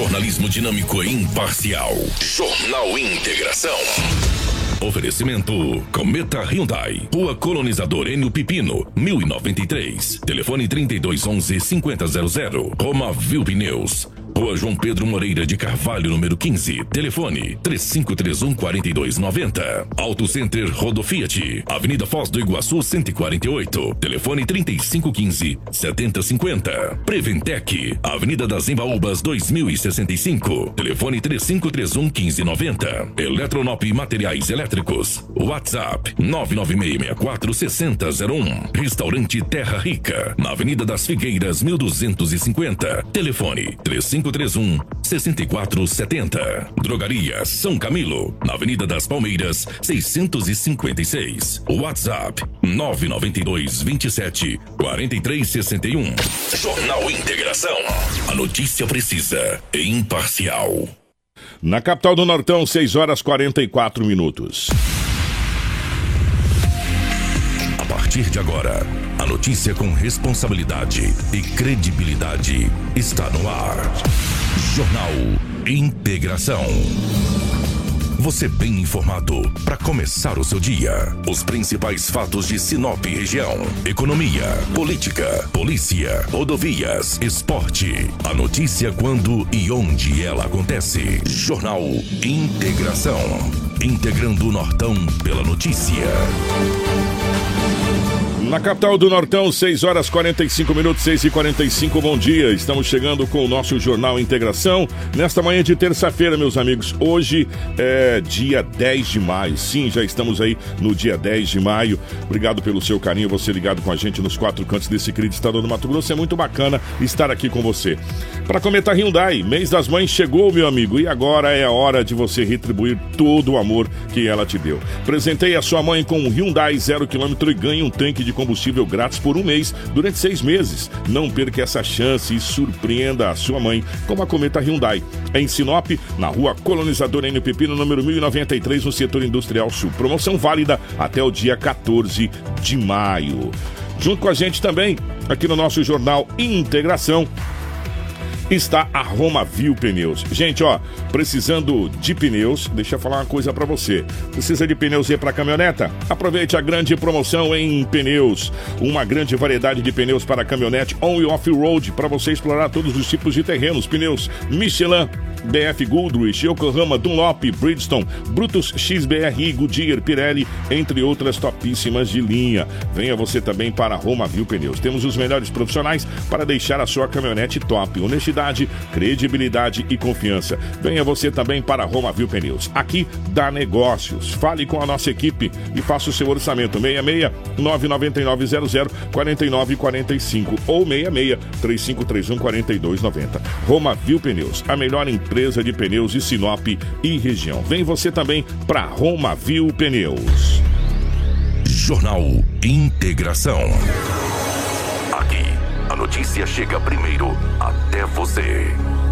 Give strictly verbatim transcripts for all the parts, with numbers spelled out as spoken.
Jornalismo dinâmico e imparcial. Jornal Integração. Oferecimento Cometa Hyundai, Rua Colonizador Enio Pipino, mil e noventa e três. Telefone trinta e dois onze, cinquenta zero zero. Roma Viu Pneus, Rua João Pedro Moreira de Carvalho, número quinze. Telefone três cinco três um, quatro dois nove zero. Auto Center Rodo Fiat, Avenida Foz do Iguaçu cento e quarenta e oito. Telefone trinta e cinco quinze, setenta cinquenta. Preventec, Avenida das Embaúbas dois mil e sessenta e cinco. Telefone três cinco três um, quinze noventa. Eletronop Materiais Elétricos. WhatsApp nove nove seis seis quatro, seis zero zero um. Restaurante Terra Rica, na Avenida das Figueiras mil duzentos e cinquenta. Telefone três cinco três um, seis quatro sete zero. Drogaria São Camilo, na Avenida das Palmeiras seiscentos e cinquenta e seis. WhatsApp nove nove dois, vinte e sete, quarenta e três sessenta e um. Jornal Integração. A notícia precisa e imparcial. Na capital do Nortão, seis horas e quarenta e quatro minutos. A partir de agora, a notícia com responsabilidade e credibilidade está no ar. Jornal Integração. Você bem informado para começar o seu dia. Os principais fatos de Sinop região: economia, política, polícia, rodovias, esporte. A notícia quando e onde ela acontece. Jornal Integração. Integrando o Nortão pela notícia. Na capital do Nortão, seis horas e quarenta e cinco minutos, seis e quarenta e cinco, bom dia. Estamos chegando com o nosso Jornal Integração, nesta manhã de terça-feira, meus amigos. Hoje é dia dez de maio, sim, já estamos aí no dia dez de maio. Obrigado pelo seu carinho, você ligado com a gente nos quatro cantos desse querido estado do Mato Grosso. É muito bacana estar aqui com você. Para Cometa Hyundai, mês das mães chegou, meu amigo, e agora é a hora de você retribuir todo o amor que ela te deu. Presenteie a sua mãe com um Hyundai zero quilômetro e ganhe um tanque de combustível grátis por um mês, durante seis meses. Não perca essa chance e surpreenda a sua mãe com a Cometa Hyundai. Em Sinop, na Rua Colonizador Enio Pipino, número mil e noventa e três, no setor industrial sul. Promoção válida até o dia quatorze de maio. Junto com a gente também, aqui no nosso Jornal Integração, está a Roma Viu Pneus. Gente, ó, precisando de pneus, deixa eu falar uma coisa pra você. Precisa de pneus aí pra caminhoneta? Aproveite a grande promoção em pneus. Uma grande variedade de pneus para caminhonete on e off-road para você explorar todos os tipos de terrenos. Pneus Michelin, B F Goodrich, Yokohama, Dunlop, Bridgestone, Brutus, X B R I, Goodyear, Pirelli, entre outras topíssimas de linha. Venha você também para a Roma Viu Pneus. Temos os melhores profissionais para deixar a sua caminhonete top. Honestidade, credibilidade e confiança. Venha você também para a Roma Viu Pneus. Aqui dá negócios. Fale com a nossa equipe e faça o seu orçamento. seis seis, nove nove nove zero zero, quatro nove quatro cinco ou seis seis, três cinco três um, quatro dois nove zero. Roma Viu Pneus, a melhor empresa de pneus de Sinop e região. Vem você também para Roma Viu Pneus. Jornal Integração. Aqui, a notícia chega primeiro até você.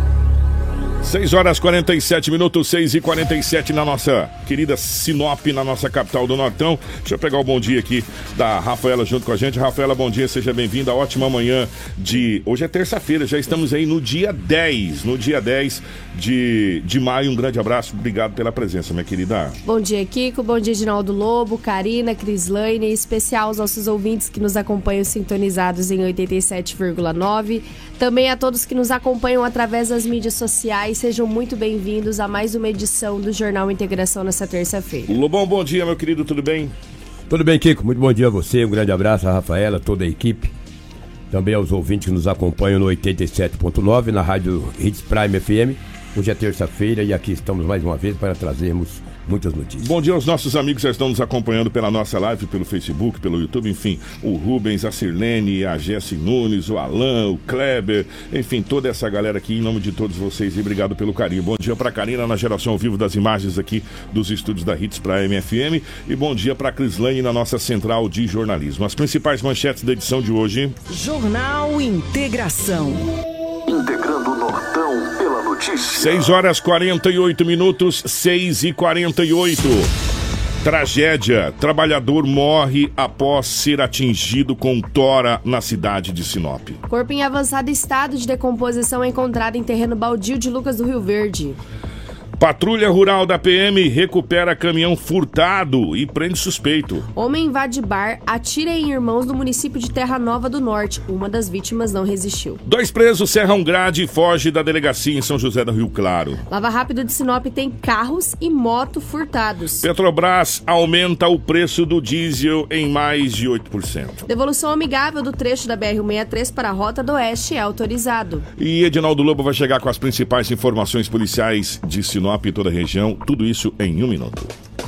seis horas e quarenta e sete minutos, seis e quarenta e sete na nossa querida Sinop, na nossa capital do Nortão. Deixa eu pegar o bom dia aqui da Rafaela junto com a gente. Rafaela, bom dia, seja bem-vinda. Ótima manhã de... Hoje é terça-feira, já estamos aí no dia dez, no dia dez de, de maio. Um grande abraço, obrigado pela presença, minha querida. Bom dia, Kiko, bom dia, Ginaldo Lobo, Karina, Crislaine, em especial aos nossos ouvintes que nos acompanham sintonizados em oitenta e sete vírgula nove. Também a todos que nos acompanham através das mídias sociais, sejam muito bem-vindos a mais uma edição do Jornal Integração nessa terça-feira. Lobão, bom dia, meu querido, tudo bem? Tudo bem, Kiko, muito bom dia a você, um grande abraço a Rafaela, toda a equipe, também aos ouvintes que nos acompanham no oitenta e sete ponto nove, na rádio Hits Prime F M. Hoje é terça-feira e aqui estamos mais uma vez para trazermos muitas notícias. Bom dia aos nossos amigos que já estão nos acompanhando pela nossa live, pelo Facebook, pelo YouTube, enfim, o Rubens, a Sirlene, a Jessi Nunes, o Alan, o Kleber, enfim, toda essa galera aqui, em nome de todos vocês, e obrigado pelo carinho. Bom dia pra Karina na geração ao vivo das imagens aqui dos estúdios da Hits pra M F M, e bom dia pra Crislaine na nossa central de jornalismo. As principais manchetes da edição de hoje. Jornal Integração. Integrando o Nortão pela notícia. seis horas e quarenta e oito minutos, seis e quarenta e oito. Tragédia. Trabalhador morre após ser atingido com tora na cidade de Sinop. Corpo em avançado estado de decomposição é encontrado em terreno baldio de Lucas do Rio Verde. Patrulha Rural da P M recupera caminhão furtado e prende suspeito. Homem invade bar, atira em irmãos do município de Terra Nova do Norte. Uma das vítimas não resistiu. Dois presos serram grade e foge da delegacia em São José do Rio Claro. Lava Rápido de Sinop tem carros e moto furtados. Petrobras aumenta o preço do diesel em mais de oito por cento. Devolução amigável do trecho da B R cento e sessenta e três para a Rota do Oeste é autorizado. E Edinaldo Lobo vai chegar com as principais informações policiais de Sinop e toda a região, tudo isso em um minuto.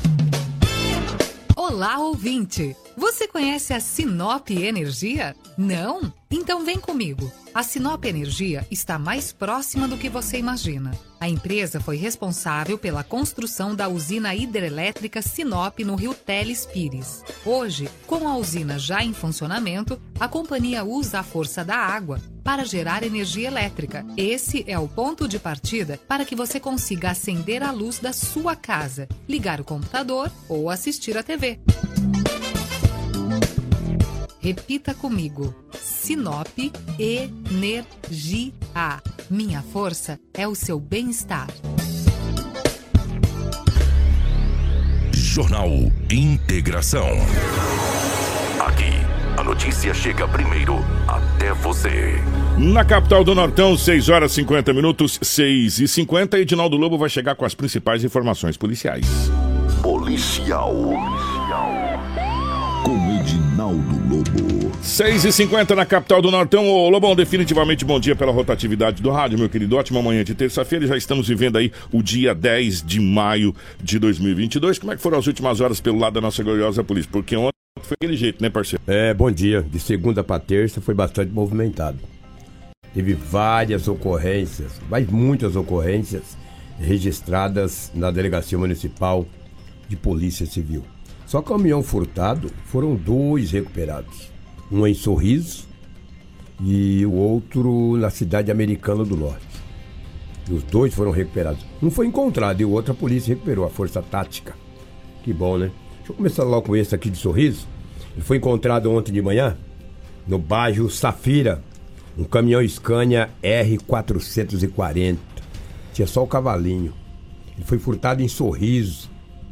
Olá, ouvinte! Você conhece a Sinop Energia? Não? Então vem comigo. A Sinop Energia está mais próxima do que você imagina. A empresa foi responsável pela construção da usina hidrelétrica Sinop no Rio Teles Pires. Hoje, com a usina já em funcionamento, a companhia usa a força da água para gerar energia elétrica. Esse é o ponto de partida para que você consiga acender a luz da sua casa, ligar o computador ou assistir a T V. Repita comigo. Sinop Energia. Minha força é o seu bem-estar. Jornal Integração. Aqui, a notícia chega primeiro até você. Na capital do Nortão, seis horas e cinquenta minutos, seis e cinquenta, Edinaldo Lobo vai chegar com as principais informações policiais. Policial. Com Edinaldo Lobo. seis e cinquenta na capital do Nortão. Ô Lobão, definitivamente bom dia pela rotatividade do rádio, meu querido. Ótima manhã de terça-feira. Já estamos vivendo aí o dia dez de maio de dois mil e vinte e dois. Como é que foram as últimas horas pelo lado da nossa gloriosa polícia? Porque ontem foi aquele jeito, né, parceiro? É, bom dia. De segunda para terça foi bastante movimentado. Teve várias ocorrências, mas muitas ocorrências registradas na Delegacia Municipal de Polícia Civil. Só caminhão furtado, foram dois recuperados. Um em Sorriso e o outro na cidade Americana do Norte. E os dois foram recuperados. Um foi encontrado e o outro a polícia recuperou, a Força Tática. Que bom, né? Deixa eu começar logo com esse aqui de Sorriso. Ele foi encontrado ontem de manhã no bairro Safira. Um caminhão Scania R quatrocentos e quarenta. Tinha só o cavalinho. Ele foi furtado em Sorriso.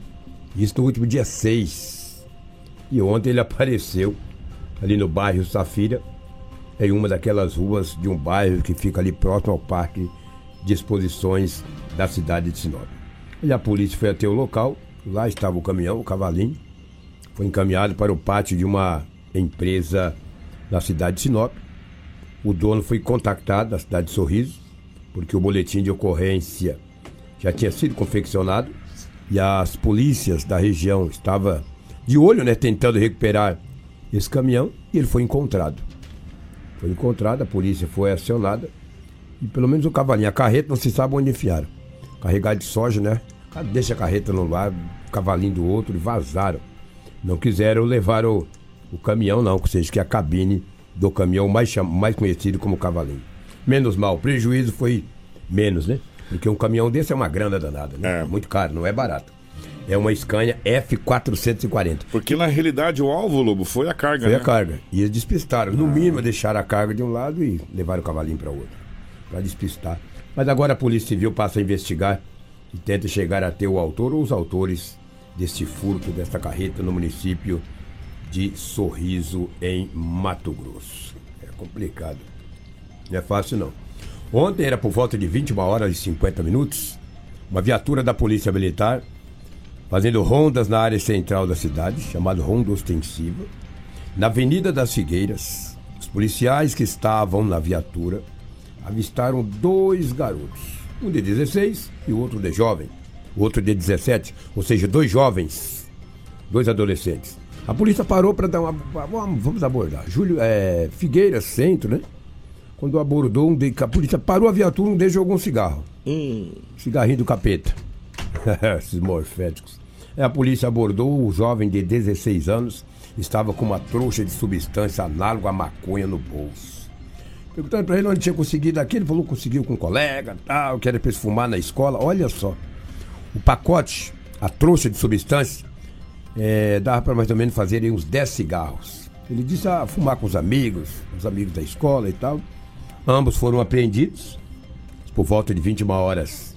Isso no último dia seis. E ontem ele apareceu ali no bairro Safira, em uma daquelas ruas de um bairro que fica ali próximo ao Parque de Exposições da cidade de Sinop. E a polícia foi até o local. Lá estava o caminhão, o cavalinho. Foi encaminhado para o pátio de uma empresa na cidade de Sinop. O dono foi contactado na cidade de Sorriso, porque o boletim de ocorrência já tinha sido confeccionado e as polícias da região estavam de olho, né, tentando recuperar esse caminhão, e ele foi encontrado. Foi encontrado, a polícia foi acionada e pelo menos o cavalinho, a carreta não se sabe onde enfiaram. Carregado de soja, né? Deixa a carreta no lado, o cavalinho do outro, e vazaram. Não quiseram levar o, o caminhão, não, ou seja, que é a cabine do caminhão mais, cham... mais conhecido como cavalinho. Menos mal, o prejuízo foi menos, né? Porque um caminhão desse é uma grana danada, né? É. Muito caro, não é barato. É uma Scania F quatrocentos e quarenta. Porque na realidade o alvo, Lobo, foi a carga, Foi né? a carga. E eles despistaram. No ah. mínimo, deixaram a carga de um lado e levaram o cavalinho para outro. Para despistar. Mas agora a Polícia Civil passa a investigar e tenta chegar a ter o autor ou os autores deste furto, desta carreta no município de Sorriso, em Mato Grosso. É complicado. Não é fácil, não. Ontem era por volta de vinte e uma horas e cinquenta minutos, uma viatura da Polícia Militar fazendo rondas na área central da cidade, chamada Ronda Ostensiva, na Avenida das Figueiras. Os policiais que estavam na viatura avistaram dois garotos, um de dezesseis e o outro de jovem, o outro de dezessete, ou seja, dois jovens, dois adolescentes. A polícia parou para dar uma... Vamos abordar. Júlio, é, Figueiras, centro, né? Quando abordou, um de, a polícia parou a viatura, um deles jogou um cigarro. Hum. Cigarrinho do capeta. Esses morféticos. A polícia abordou o jovem de dezesseis anos, estava com uma trouxa de substância análoga à maconha no bolso. Perguntando para ele onde tinha conseguido aquilo, ele falou que conseguiu com um colega, tal, que era para se fumar na escola. Olha só, o pacote, a trouxa de substância, é, dava para mais ou menos fazer aí uns dez cigarros. Ele disse a fumar com os amigos, os amigos da escola e tal. Ambos foram apreendidos por volta de vinte e uma horas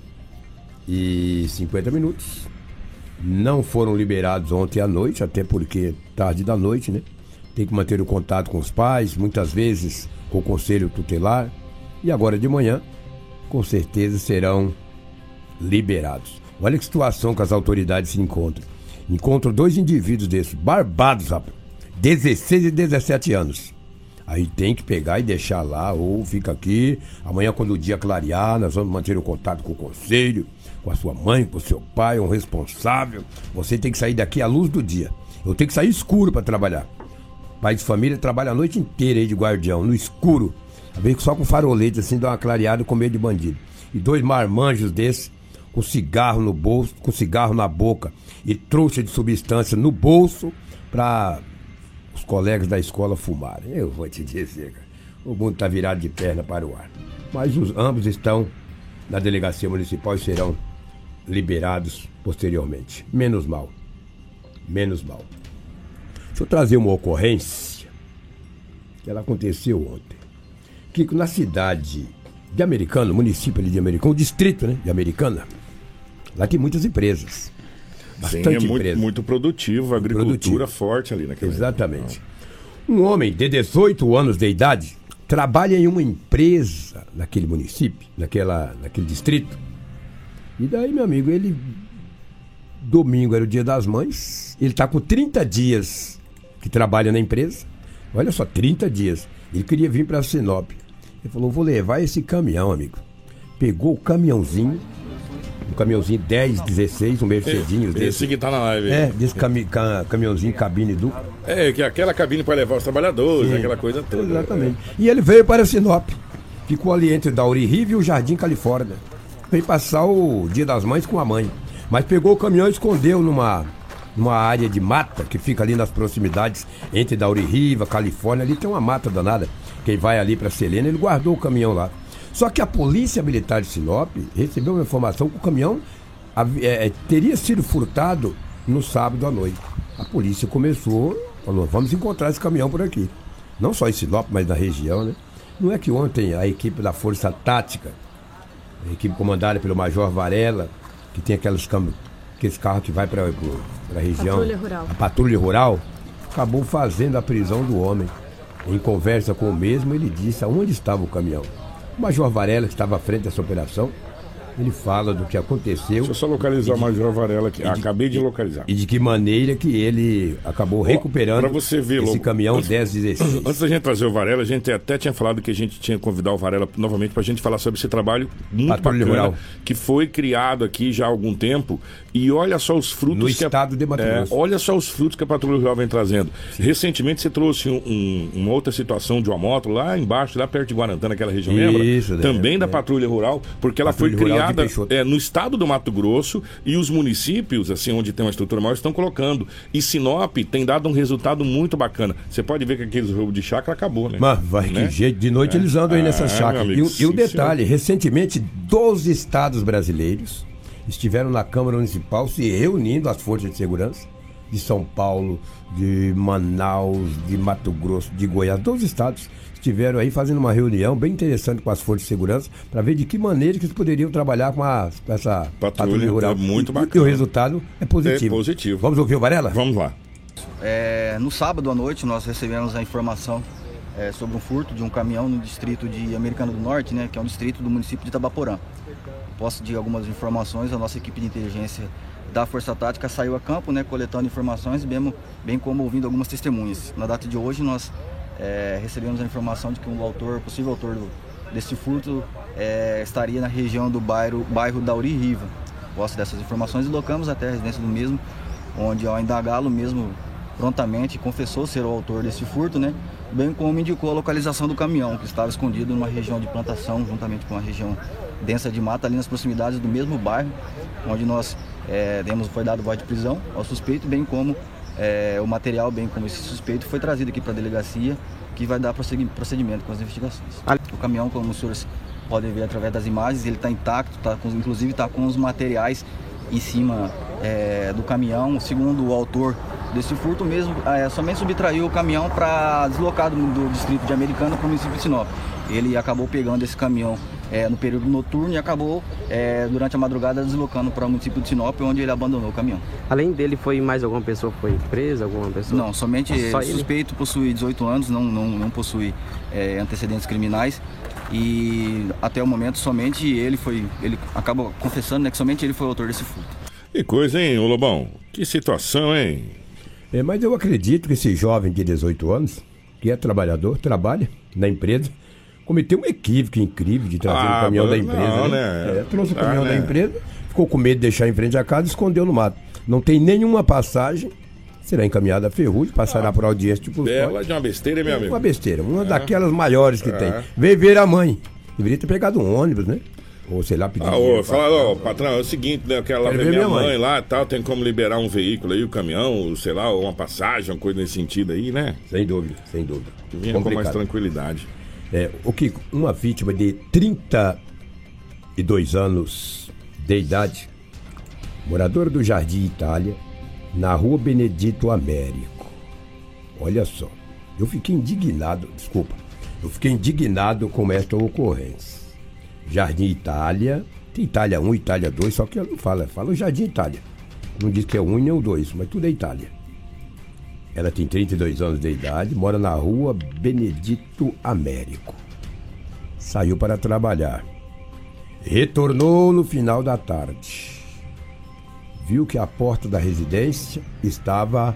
e cinquenta minutos. Não foram liberados ontem à noite, até porque tarde da noite, né? Tem que manter o contato com os pais, muitas vezes com o conselho tutelar. E agora de manhã, com certeza serão liberados. Olha que situação que as autoridades se encontram. Encontram dois indivíduos desses, barbados, rapaz. dezesseis e dezessete anos. Aí tem que pegar e deixar lá, ou fica aqui. Amanhã, quando o dia clarear, nós vamos manter o contato com o conselho, com a sua mãe, com o seu pai, um responsável. Você tem que sair daqui à luz do dia. Eu tenho que sair escuro para trabalhar. Pai de família trabalha a noite inteira aí de guardião, no escuro. Às vezes só com farolete assim, dá uma clareada com medo de bandido. E dois marmanjos desses, com cigarro no bolso, com cigarro na boca e trouxa de substância no bolso para os colegas da escola fumarem. Eu vou te dizer, cara, o mundo está virado de perna para o ar. Mas os, ambos estão na delegacia municipal e serão liberados posteriormente. Menos mal. Menos mal. Deixa eu trazer uma ocorrência que ela aconteceu ontem. Kiko, na cidade de Americana, município ali de Americana, o distrito, né, de Americana, lá tem muitas empresas. Bastante Sim, é muito, empresa. muito produtivo, a agricultura produtivo. Forte ali naquela. Exatamente. Um homem de dezoito anos de idade trabalha em uma empresa naquele município, naquela, naquele distrito. E daí, meu amigo, ele... Domingo era o dia das mães, ele está com trinta dias que trabalha na empresa. Olha só, trinta dias. Ele queria vir para Sinop. Ele falou, vou levar esse caminhão, amigo. Pegou o caminhãozinho, um caminhãozinho dez, dezesseis, um Mercedinho esse, desse. Esse que tá na live. É, desse cami ca, caminhãozinho cabine dupla. É, que aquela cabine para levar os trabalhadores, sim, aquela coisa toda. Exatamente. É. E ele veio para Sinop. Ficou ali entre Dauri Riva e o Jardim Califórnia. Veio passar o Dia das Mães com a mãe. Mas pegou o caminhão e escondeu numa, numa área de mata que fica ali nas proximidades entre Dauri Riva, Califórnia. Ali tem uma mata danada. Quem vai ali para Selena, ele guardou o caminhão lá. Só que a Polícia Militar de Sinop recebeu uma informação que o caminhão é, teria sido furtado no sábado à noite. A polícia começou, falou, vamos encontrar esse caminhão por aqui. Não só em Sinop, mas na região, né? Não é que ontem a equipe da Força Tática, a equipe comandada pelo Major Varela, que tem aqueles, aqueles carros que vai para a região, Patrulha Rural. a Patrulha Rural, acabou fazendo a prisão do homem. Em conversa com o mesmo, ele disse aonde estava o caminhão. O Major Varela, que estava à frente dessa operação, ele fala do que aconteceu. Deixa eu só localizar o Major Varela aqui. Ah, acabei de localizar. E de que maneira que ele acabou recuperando pra você ver, esse logo, caminhão antes, dez dezesseis. Antes da gente trazer o Varela, a gente até tinha falado que a gente tinha que convidar o Varela novamente para a gente falar sobre esse trabalho muito Patrulha bacana Rural, que foi criado aqui já há algum tempo. E olha só os frutos no que estado a, de Mato Grosso. É, olha só os frutos que a Patrulha Rural vem trazendo. Sim. Recentemente você trouxe um, um, uma outra situação de uma moto lá embaixo, lá perto de Guarantã, naquela região, Isso, lembra? Também é, da é. Patrulha Rural, porque ela Patrulha foi criada é, no estado do Mato Grosso, e os municípios, assim, onde tem uma estrutura maior, estão colocando. E Sinop tem dado um resultado muito bacana. Você pode ver que aqueles roubos de chácara acabou, né? Mas vai, né? que jeito, de noite é. eles andam aí nessa ah, chácara. E, e o detalhe, senhor. recentemente, doze estados brasileiros estiveram na Câmara Municipal se reunindo as forças de segurança de São Paulo, de Manaus, de Mato Grosso, de Goiás, doze estados estiveram aí fazendo uma reunião bem interessante com as forças de segurança para ver de que maneira que eles poderiam trabalhar com, a, com essa patrulha, patrulha rural. É muito e, bacana. E o resultado é positivo. É positivo. Vamos ouvir o Varela? Vamos lá. É, no sábado à noite nós recebemos a informação é, sobre um furto de um caminhão no distrito de Americana do Norte, né, que é um distrito do município de Itabaporã. Posso de algumas informações, a nossa equipe de inteligência da Força Tática saiu a campo, né, coletando informações, bem, bem como ouvindo algumas testemunhas. Na data de hoje nós é, recebemos a informação de que um autor, possível autor do, desse furto é, estaria na região do bairro, bairro Dauri Riva. Posse dessas informações, deslocamos até a residência do mesmo, onde ao indagá-lo mesmo prontamente confessou ser o autor desse furto, né, bem como indicou a localização do caminhão, que estava escondido numa região de plantação, juntamente com a região densa de mata, ali nas proximidades do mesmo bairro, onde nós é, demos, foi dado voz de prisão ao suspeito, bem como é, o material, bem como esse suspeito, foi trazido aqui para a delegacia, que vai dar procedimento com as investigações. O caminhão, como os senhores podem ver através das imagens, ele está intacto, tá com, inclusive está com os materiais em cima é, do caminhão. Segundo o autor desse furto mesmo, é, somente subtraiu o caminhão para deslocar do, do distrito de Americana para o município de Sinop. Ele acabou pegando esse caminhão é, no período noturno e acabou, é, durante a madrugada, deslocando para o município de Sinop, onde ele abandonou o caminhão. Além dele, foi mais alguma pessoa que foi presa? Alguma pessoa? Não, somente Só ele. Suspeito possui dezoito anos, não, não, não possui é, antecedentes criminais. E até o momento somente ele foi, ele acaba confessando, né, que somente ele foi o autor desse furto. Que coisa, hein, ô Lobão? Que situação, hein? É, mas eu acredito que esse jovem de dezoito anos, que é trabalhador, trabalha na empresa, cometeu um equívoco incrível de trazer ah, o caminhão da empresa. Não, né? Né? É, trouxe o caminhão ah, da né? empresa, ficou com medo de deixar em frente à casa e escondeu no mato. Não tem nenhuma passagem, será encaminhada a ferrugem, passará ah, por audiência de custódia. Bela de uma besteira, meu amigo. Uma besteira, uma ah. daquelas maiores que ah. tem. Veio ver a mãe. Deveria ter pegado um ônibus, né? Ou sei lá, pedir. Ah, ô, fala, ó, patrão, é o seguinte, né? Eu quero lá ver minha mãe, mãe lá e tal, tem como liberar um veículo aí, o caminhão, sei lá, uma passagem, uma coisa nesse sentido aí, né? Sem dúvida, sem dúvida. Que vinha com mais tranquilidade. É, o Kiko, uma vítima de trinta e dois anos de idade, morador do Jardim Itália, na rua Benedito Américo. Olha só, eu fiquei indignado, desculpa, eu fiquei indignado com esta ocorrência. Jardim Itália, tem Itália um, Itália dois, só que ela não fala, fala o Jardim Itália. Não diz que é um nem o dois, mas tudo é Itália. Ela tem trinta e dois anos de idade, mora na rua Benedito Américo. Saiu para trabalhar. Retornou no final da tarde. Viu que a porta da residência estava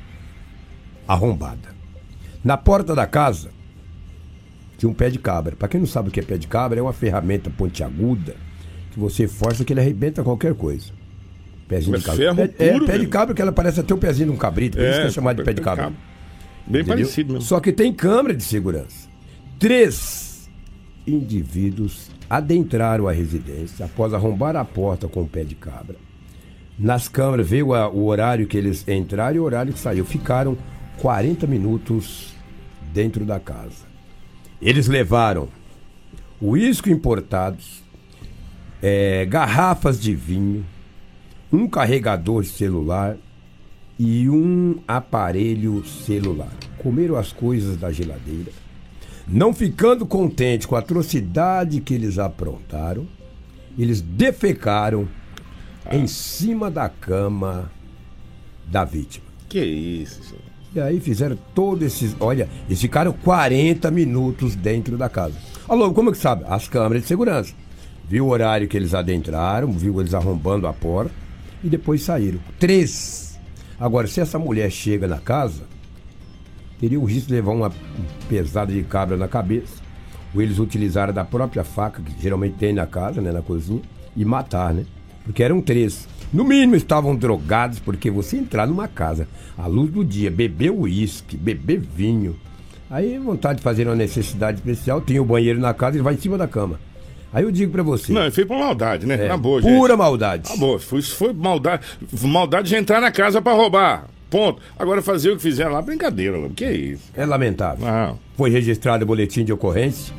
arrombada. Na porta da casa tinha um pé de cabra. Para quem não sabe o que é pé de cabra, é uma ferramenta pontiaguda que você força que ele arrebenta qualquer coisa. Pezinho de cabra. Pé, é, pé de cabra que ela parece até o pezinho de um cabrito, por é, isso que é chamado de pé de cabra. Bem Entendeu? Parecido mesmo. Só que tem câmera de segurança. Três indivíduos adentraram a residência após arrombar a porta com o pé de cabra. Nas câmeras veio a, o horário que eles entraram e o horário que saiu. Ficaram quarenta minutos dentro da casa. Eles levaram uísque importados, é, garrafas de vinho, um carregador de celular e um aparelho celular. Comeram as coisas da geladeira. Não ficando contente com a atrocidade que eles aprontaram, eles defecaram ah. em cima da cama da vítima. Que isso, senhor? E aí fizeram todos esses... Olha, eles ficaram quarenta minutos dentro da casa. Alô, como é que sabe? As câmeras de segurança. Viu o horário que eles adentraram, viu eles arrombando a porta e depois saíram. Três. Agora, se essa mulher chega na casa, teria o risco de levar uma pesada de cabra na cabeça, ou eles utilizaram da própria faca, que geralmente tem na casa, né, na cozinha, e matar, né? Porque eram três. No mínimo estavam drogados, porque você entrar numa casa à luz do dia, beber uísque, beber vinho, aí vontade de fazer uma necessidade especial, tem o banheiro na casa e vai em cima da cama. Aí eu digo pra você... Não, foi por maldade, né? É, na boa, pura gente. maldade. Na boa, foi, foi maldade, maldade de entrar na casa pra roubar. Ponto. Agora fazer o que fizeram lá, brincadeira, o que é isso? É lamentável. Ah. Foi registrado o boletim de ocorrência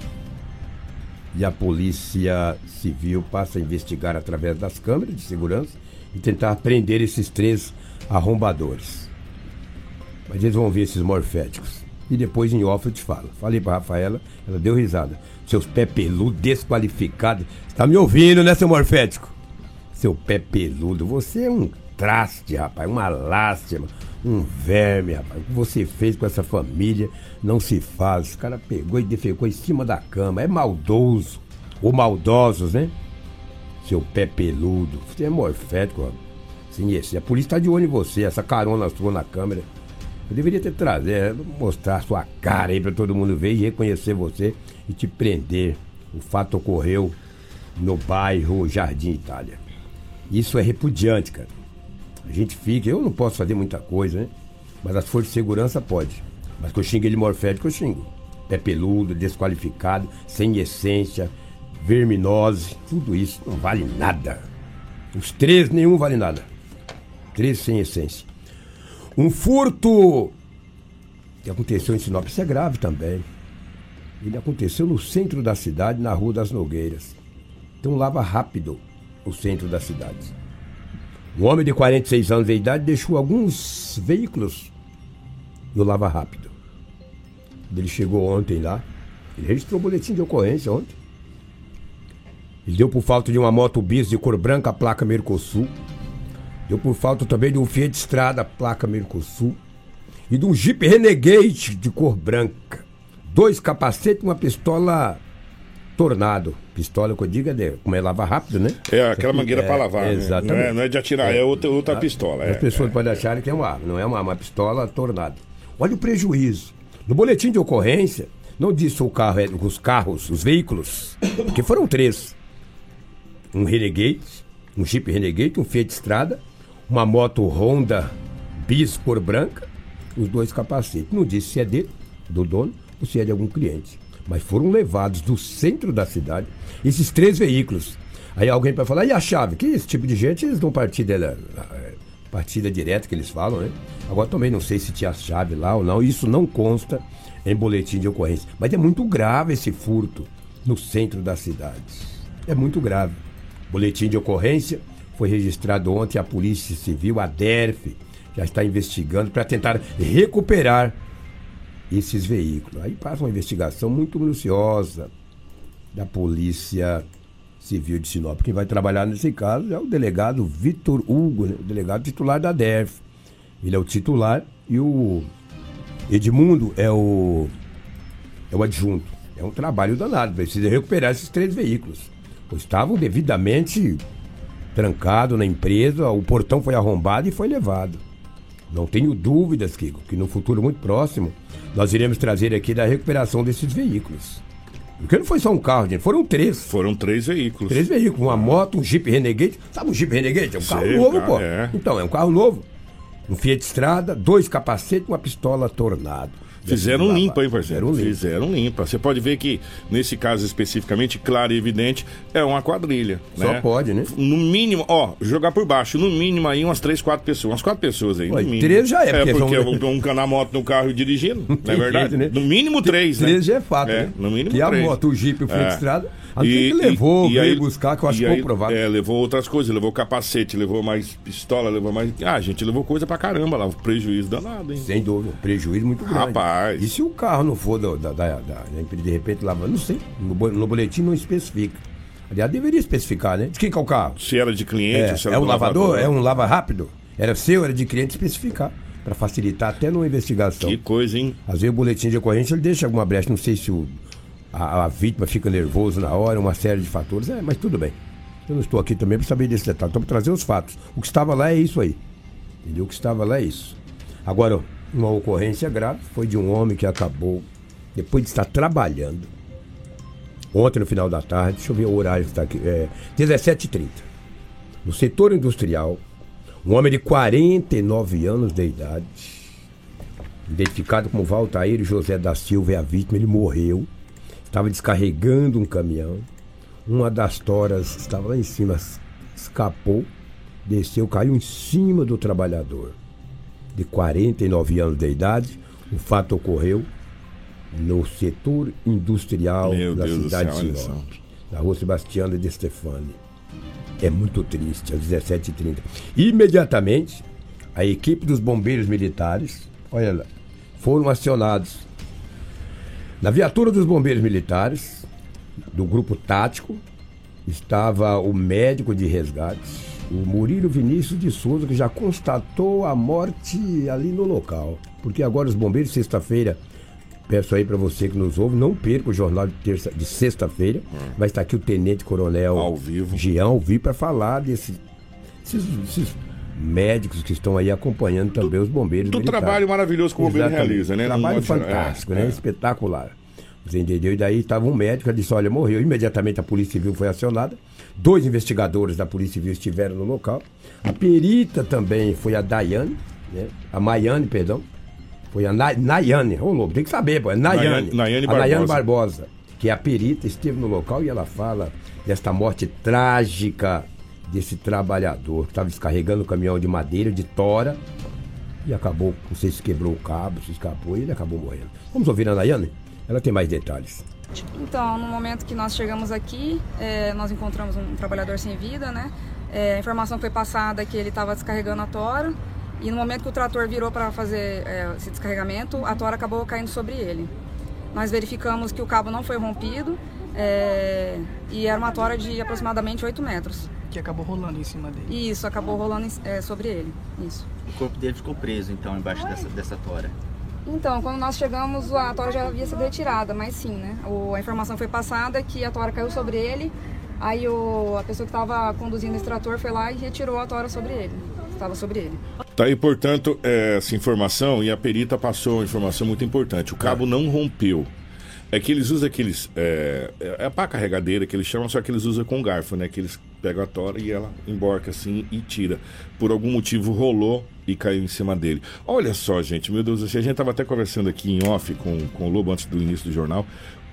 e a Polícia Civil passa a investigar através das câmeras de segurança e tentar prender esses três arrombadores. Mas eles vão ver esses morféticos. E depois em off eu te falo. Falei pra Rafaela, ela deu risada. Seus pé peludo, desqualificado. Você tá me ouvindo, né, seu morfético? Seu pé peludo, você é um traste, rapaz, uma lástima, um verme, rapaz. O que você fez com essa família não se faz. O cara pegou e defecou em cima da cama. É maldoso. Ou maldosos, né? Seu pé peludo. Você é morfético, rapaz. Sim, esse. A polícia tá de olho em você, essa carona sua na câmera. Eu deveria ter trazido, mostrar a sua cara aí pra todo mundo ver e reconhecer você e te prender. O fato ocorreu no bairro Jardim Itália. Isso é repudiante, cara. A gente fica, eu não posso fazer muita coisa, né? Mas as forças de segurança pode. Mas que eu xingue ele morfético, eu xingo. Pé peludo, desqualificado, sem essência, verminose, tudo isso não vale nada. Os três, nenhum vale nada. Três sem essência. Um furto que aconteceu em Sinop, isso é grave também. Ele aconteceu no centro da cidade, na Rua das Nogueiras. Então lava rápido o centro da cidade. Um homem de quarenta e seis anos de idade deixou alguns veículos no Lava Rápido. Ele chegou ontem lá, ele registrou o boletim de ocorrência ontem. Ele deu por falta de uma moto bis de cor branca, placa Mercosul. Deu por falta também de um Fiat Strada, placa Mercosul. E de um Jeep Renegade de cor branca. Dois capacetes e uma pistola Tornado. Pistola que eu digo é de, como é lava rápido, né? É aquela mangueira é, para lavar, né? Exatamente. Não é, não é de atirar, é, é outra, outra a, pistola. As é, pessoas é. podem achar que é uma arma, não é uma arma, uma pistola Tornado. Olha o prejuízo. No boletim de ocorrência, não disse o carro, é, os carros, os veículos, porque foram três. Um Renegade, um Jeep Renegade, um Fiat Strada, uma moto Honda Bis cor branca, os dois capacetes. Não disse se é dele, do dono, ou se é de algum cliente. Mas foram levados do centro da cidade esses três veículos. Aí alguém vai falar, e a chave? Que esse tipo de gente, eles dão partida, partida direta, que eles falam, né? Agora também não sei se tinha a chave lá ou não. Isso não consta em boletim de ocorrência. Mas é muito grave esse furto no centro da cidade. É muito grave. Boletim de ocorrência foi registrado ontem. A Polícia Civil, a D E R F, já está investigando para tentar recuperar esses veículos. Aí passa uma investigação muito minuciosa da Polícia Civil de Sinop. Quem vai trabalhar nesse caso é o delegado Vitor Hugo, né? O delegado titular da D E R F. Ele é o titular e o Edmundo é o, é o adjunto. É um trabalho danado, precisa recuperar esses três veículos. Pois estavam devidamente trancados na empresa, o portão foi arrombado e foi levado. Não tenho dúvidas, Kiko, que no futuro muito próximo nós iremos trazer aqui da recuperação desses veículos. Porque não foi só um carro, gente, foram três. Foram três veículos. Três veículos, uma moto, um Jeep Renegade. Sabe um Jeep Renegade? É um carro Sei, novo, cara, pô. É. Então, é um carro novo. Um Fiat Strada, dois capacetes e uma pistola Tornado. Fizeram limpa, hein, parceiro? Fizeram limpa. Fizeram limpa. Você pode ver que, nesse caso especificamente, claro e evidente, é uma quadrilha. Só né? pode, né? No mínimo, ó, jogar por baixo, no mínimo aí umas três, quatro pessoas. Umas quatro pessoas aí, Ué, no mínimo. Três já é, porque, é porque são... um, um na moto no carro e dirigindo, não é verdade? Jeito, né? No mínimo três, né? Três já é fato, é, né? No mínimo que três. a moto, o Jeep e o Fiat É. Strada, a E- gente levou, e- e veio aí- buscar, que eu acho e aí, pouco provável. É, levou outras coisas, levou capacete, levou mais pistola, levou mais... Ah, a gente levou coisa pra caramba lá, prejuízo danado, hein? Sem dúvida, prejuízo muito grande. Rapaz. E se o carro não for do, da, da, da, da empresa, de repente lá, não sei, no, bo- no boletim não especifica. Aliás, deveria especificar, né? De quem que é o carro? Se era de cliente, É, se era é um do lavador? É um lava rápido? Era seu, era de cliente, especificar. Para facilitar até numa investigação. Que coisa, hein? Às vezes o boletim de ocorrência ele deixa alguma brecha, não sei se o, a, a vítima fica nervoso na hora, uma série de fatores, é, mas tudo bem. Eu não estou aqui também para saber desse detalhe, estou para trazer os fatos. O que estava lá é isso aí. Entendeu? O que estava lá é isso. Agora, uma ocorrência grave foi de um homem que acabou, depois de estar trabalhando, ontem no final da tarde, deixa eu ver o horário que está aqui, é dezessete e trinta. No setor industrial, um homem de quarenta e nove anos de idade, identificado como Valtair José da Silva, é a vítima. Ele morreu, estava descarregando um caminhão, uma das toras estava lá em cima, escapou, desceu, caiu em cima do trabalhador de quarenta e nove anos de idade. O fato ocorreu no setor industrial Meu da Deus do cidade céu, de olha Sinop, só. na rua Sebastiana de Stefani. É muito triste, às dezessete e trinta. Imediatamente, a equipe dos bombeiros militares, olha lá, foram acionados. Na viatura dos bombeiros militares, do grupo tático, estava o médico de resgate, o Murilo Vinícius de Souza, que já constatou a morte ali no local. Porque agora os bombeiros, sexta-feira, peço aí para você que nos ouve, não perca o jornal de, terça, de sexta-feira. Hum. Vai estar aqui o Tenente Coronel ao vivo. Jean ao vivo para falar desses esses, esses médicos que estão aí acompanhando também os bombeiros Do militares. trabalho maravilhoso que o bombeiro Exatamente. realiza, né? Trabalho Não pode- fantástico, é, né? é. Espetacular. Você entendeu? E daí estava um médico que disse, olha, morreu. Imediatamente a Polícia Civil foi acionada. Dois investigadores da Polícia Civil estiveram no local. A perita também foi a Daiane, né? A Maiane, perdão. Foi a Na- Nayane. Ô, louco, tem que saber, pô. É Nayane. Nayane- Nayane a Nayane Barbosa. Barbosa, que é a perita, esteve no local e ela fala desta morte trágica desse trabalhador que estava descarregando o caminhão de madeira, de tora, e acabou, não sei se quebrou o cabo, se escapou, e ele acabou morrendo. Vamos ouvir a Nayane? Ela tem mais detalhes. Então, no momento que nós chegamos aqui, é, nós encontramos um trabalhador sem vida, né? É, a informação foi passada que ele estava descarregando a tora e no momento que o trator virou para fazer é, esse descarregamento, a tora acabou caindo sobre ele. Nós verificamos que o cabo não foi rompido é, e era uma tora de aproximadamente oito metros. Que acabou rolando em cima dele. Isso, acabou rolando é, sobre ele. Isso. O corpo dele ficou preso, então, embaixo dessa, dessa tora? Então, quando nós chegamos, a tora já havia sido retirada, mas sim, né? O, a informação foi passada que a tora caiu sobre ele, aí o, a pessoa que estava conduzindo esse trator foi lá e retirou a tora sobre ele. Estava sobre ele. Tá aí, portanto, essa informação, e a perita passou uma informação muito importante. O cabo não rompeu. É que eles usam aqueles... É, é a pá carregadeira que eles chamam, só que eles usam com garfo, né? Que eles pegam a tora e ela emborca assim e tira. Por algum motivo rolou e caiu em cima dele. Olha só, gente, meu Deus do céu. A gente estava até conversando aqui em off com, com o Lobo antes do início do jornal.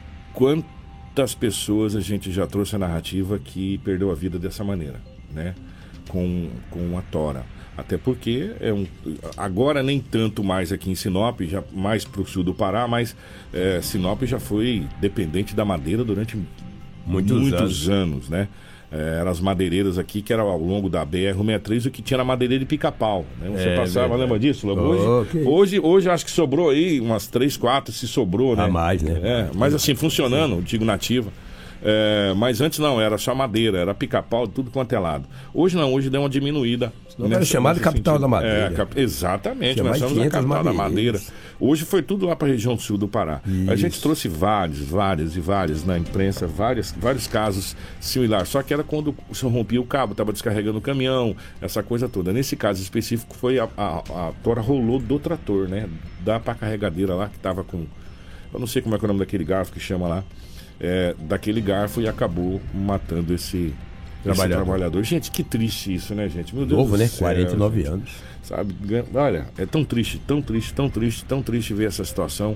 Quantas pessoas a gente já trouxe a narrativa que perdeu a vida dessa maneira, né? Com, com a tora. Até porque é um, agora nem tanto mais aqui em Sinop, já mais para o sul do Pará, mas é, Sinop já foi dependente da madeira durante muitos, muitos anos. anos, né? É, eram as madeireiras aqui, que era ao longo da B R cento e sessenta e três, o que tinha na madeireira de pica-pau, né? Você é, passava, verdade. Lembra disso, Lobo? Hoje, oh, okay. hoje, hoje acho que sobrou aí umas três, quatro, se sobrou, né? A mais, né? É, mas assim, funcionando, digo nativa. É, mas antes não, era só madeira, era pica-pau, tudo quanto é lado. Hoje não, hoje deu uma diminuída. Não era chamado capital sentido. da madeira. É, cap... Exatamente, tinha nós somos a capital da madeira. Hoje foi tudo lá para a região sul do Pará. Isso. A gente trouxe vários, várias e várias na imprensa, várias, vários casos similares. Só que era quando se rompia o cabo, estava descarregando o caminhão, essa coisa toda. Nesse caso específico foi a, a, a tora rolou do trator, né? Da pá carregadeira lá que estava com... Eu não sei como é que é o nome daquele garfo que chama lá. É, daquele garfo e acabou matando esse trabalhador. esse trabalhador. Gente, que triste isso, né, gente? Meu Deus Novo, do né? céu, quarenta e nove gente. anos. Sabe? Olha, é tão triste, tão triste, tão triste, tão triste ver essa situação.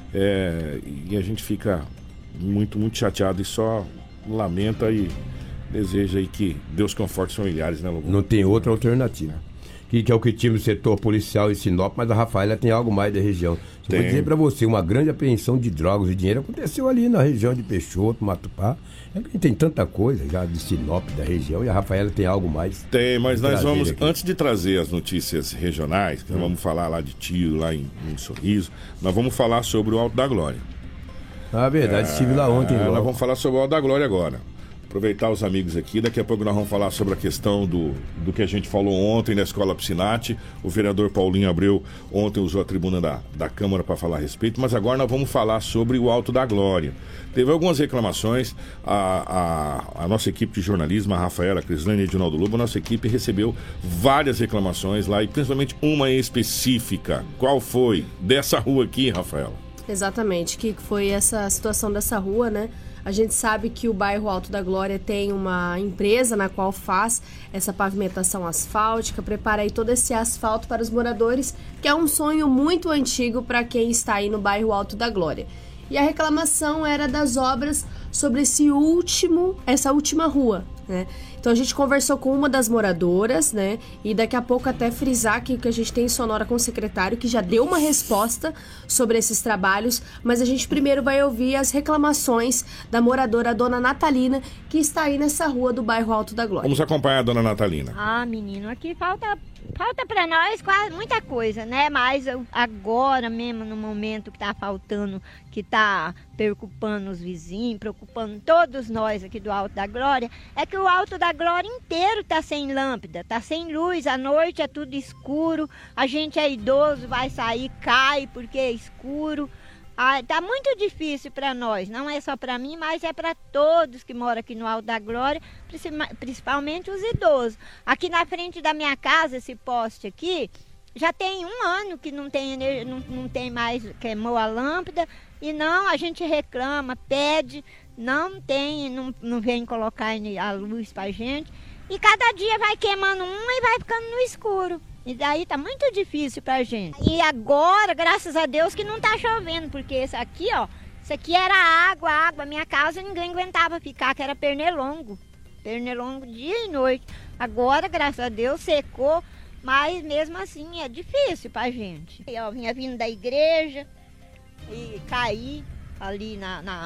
É, e a gente fica muito, muito chateado e só lamenta e deseja aí que Deus conforte os familiares, né, Lobo? Não tem outra alternativa. Que, que é o que tinha no setor policial em Sinop, mas a Rafaela tem algo mais da região. Eu vou dizer para você, uma grande apreensão de drogas e dinheiro aconteceu ali na região de Peixoto, Matupá. É que tem tanta coisa já de Sinop, da região, e a Rafaela tem algo mais. Tem, mas nós vamos, aqui. antes de trazer as notícias regionais, que hum. nós vamos falar lá de tiro, lá em, em Sorriso, nós vamos falar sobre o Alto da Glória. Ah, verdade, é, estive lá ontem. É, nós vamos falar sobre o Alto da Glória agora. Aproveitar os amigos aqui, daqui a pouco nós vamos falar sobre a questão do, do que a gente falou ontem na Escola Piscinati. O vereador Paulinho Abreu ontem usou a tribuna da, da Câmara para falar a respeito, mas agora nós vamos falar sobre o Alto da Glória. Teve algumas reclamações, a, a, a nossa equipe de jornalismo, a Rafaela, a Crislane e Edinaldo Lobo, a nossa equipe recebeu várias reclamações lá, e principalmente uma específica. Qual foi? Dessa rua aqui, Rafaela? Exatamente, que foi essa situação dessa rua, né? A gente sabe que o bairro Alto da Glória tem uma empresa na qual faz essa pavimentação asfáltica, prepara aí todo esse asfalto para os moradores, que é um sonho muito antigo para quem está aí no bairro Alto da Glória. E a reclamação era das obras sobre esse último, essa última rua, né? Então a gente conversou com uma das moradoras, né? E daqui a pouco até frisar aqui que a gente tem em Sonora com o secretário, que já deu uma resposta sobre esses trabalhos, mas a gente primeiro vai ouvir as reclamações da moradora, a dona Natalina, que está aí nessa rua do bairro Alto da Glória. Vamos acompanhar a dona Natalina. Ah, menino, aqui falta... Falta para nós quase muita coisa, né? Mas agora mesmo, no momento que tá faltando, que tá preocupando os vizinhos, preocupando todos nós aqui do Alto da Glória, é que o Alto da Glória inteiro tá sem lâmpada, tá sem luz, à noite é tudo escuro, a gente é idoso, vai sair, cai porque é escuro. Ah, tá muito difícil para nós, não é só para mim, mas é para todos que moram aqui no Alto da Glória, principalmente os idosos. Aqui na frente da minha casa, esse poste aqui, já tem um ano que não tem, não, não tem mais, queimou a lâmpada, e não, a gente reclama, pede, não tem, não, não vem colocar a luz pra gente, e cada dia vai queimando uma e vai ficando no escuro. E daí tá muito difícil pra gente. E agora, graças a Deus, que não tá chovendo, porque esse aqui, ó, isso aqui era água, água. Minha casa ninguém aguentava ficar, que era pernilongo. Pernilongo dia e noite. Agora, graças a Deus, secou, mas mesmo assim é difícil pra gente. Eu vinha vindo da igreja e caí ali na, na,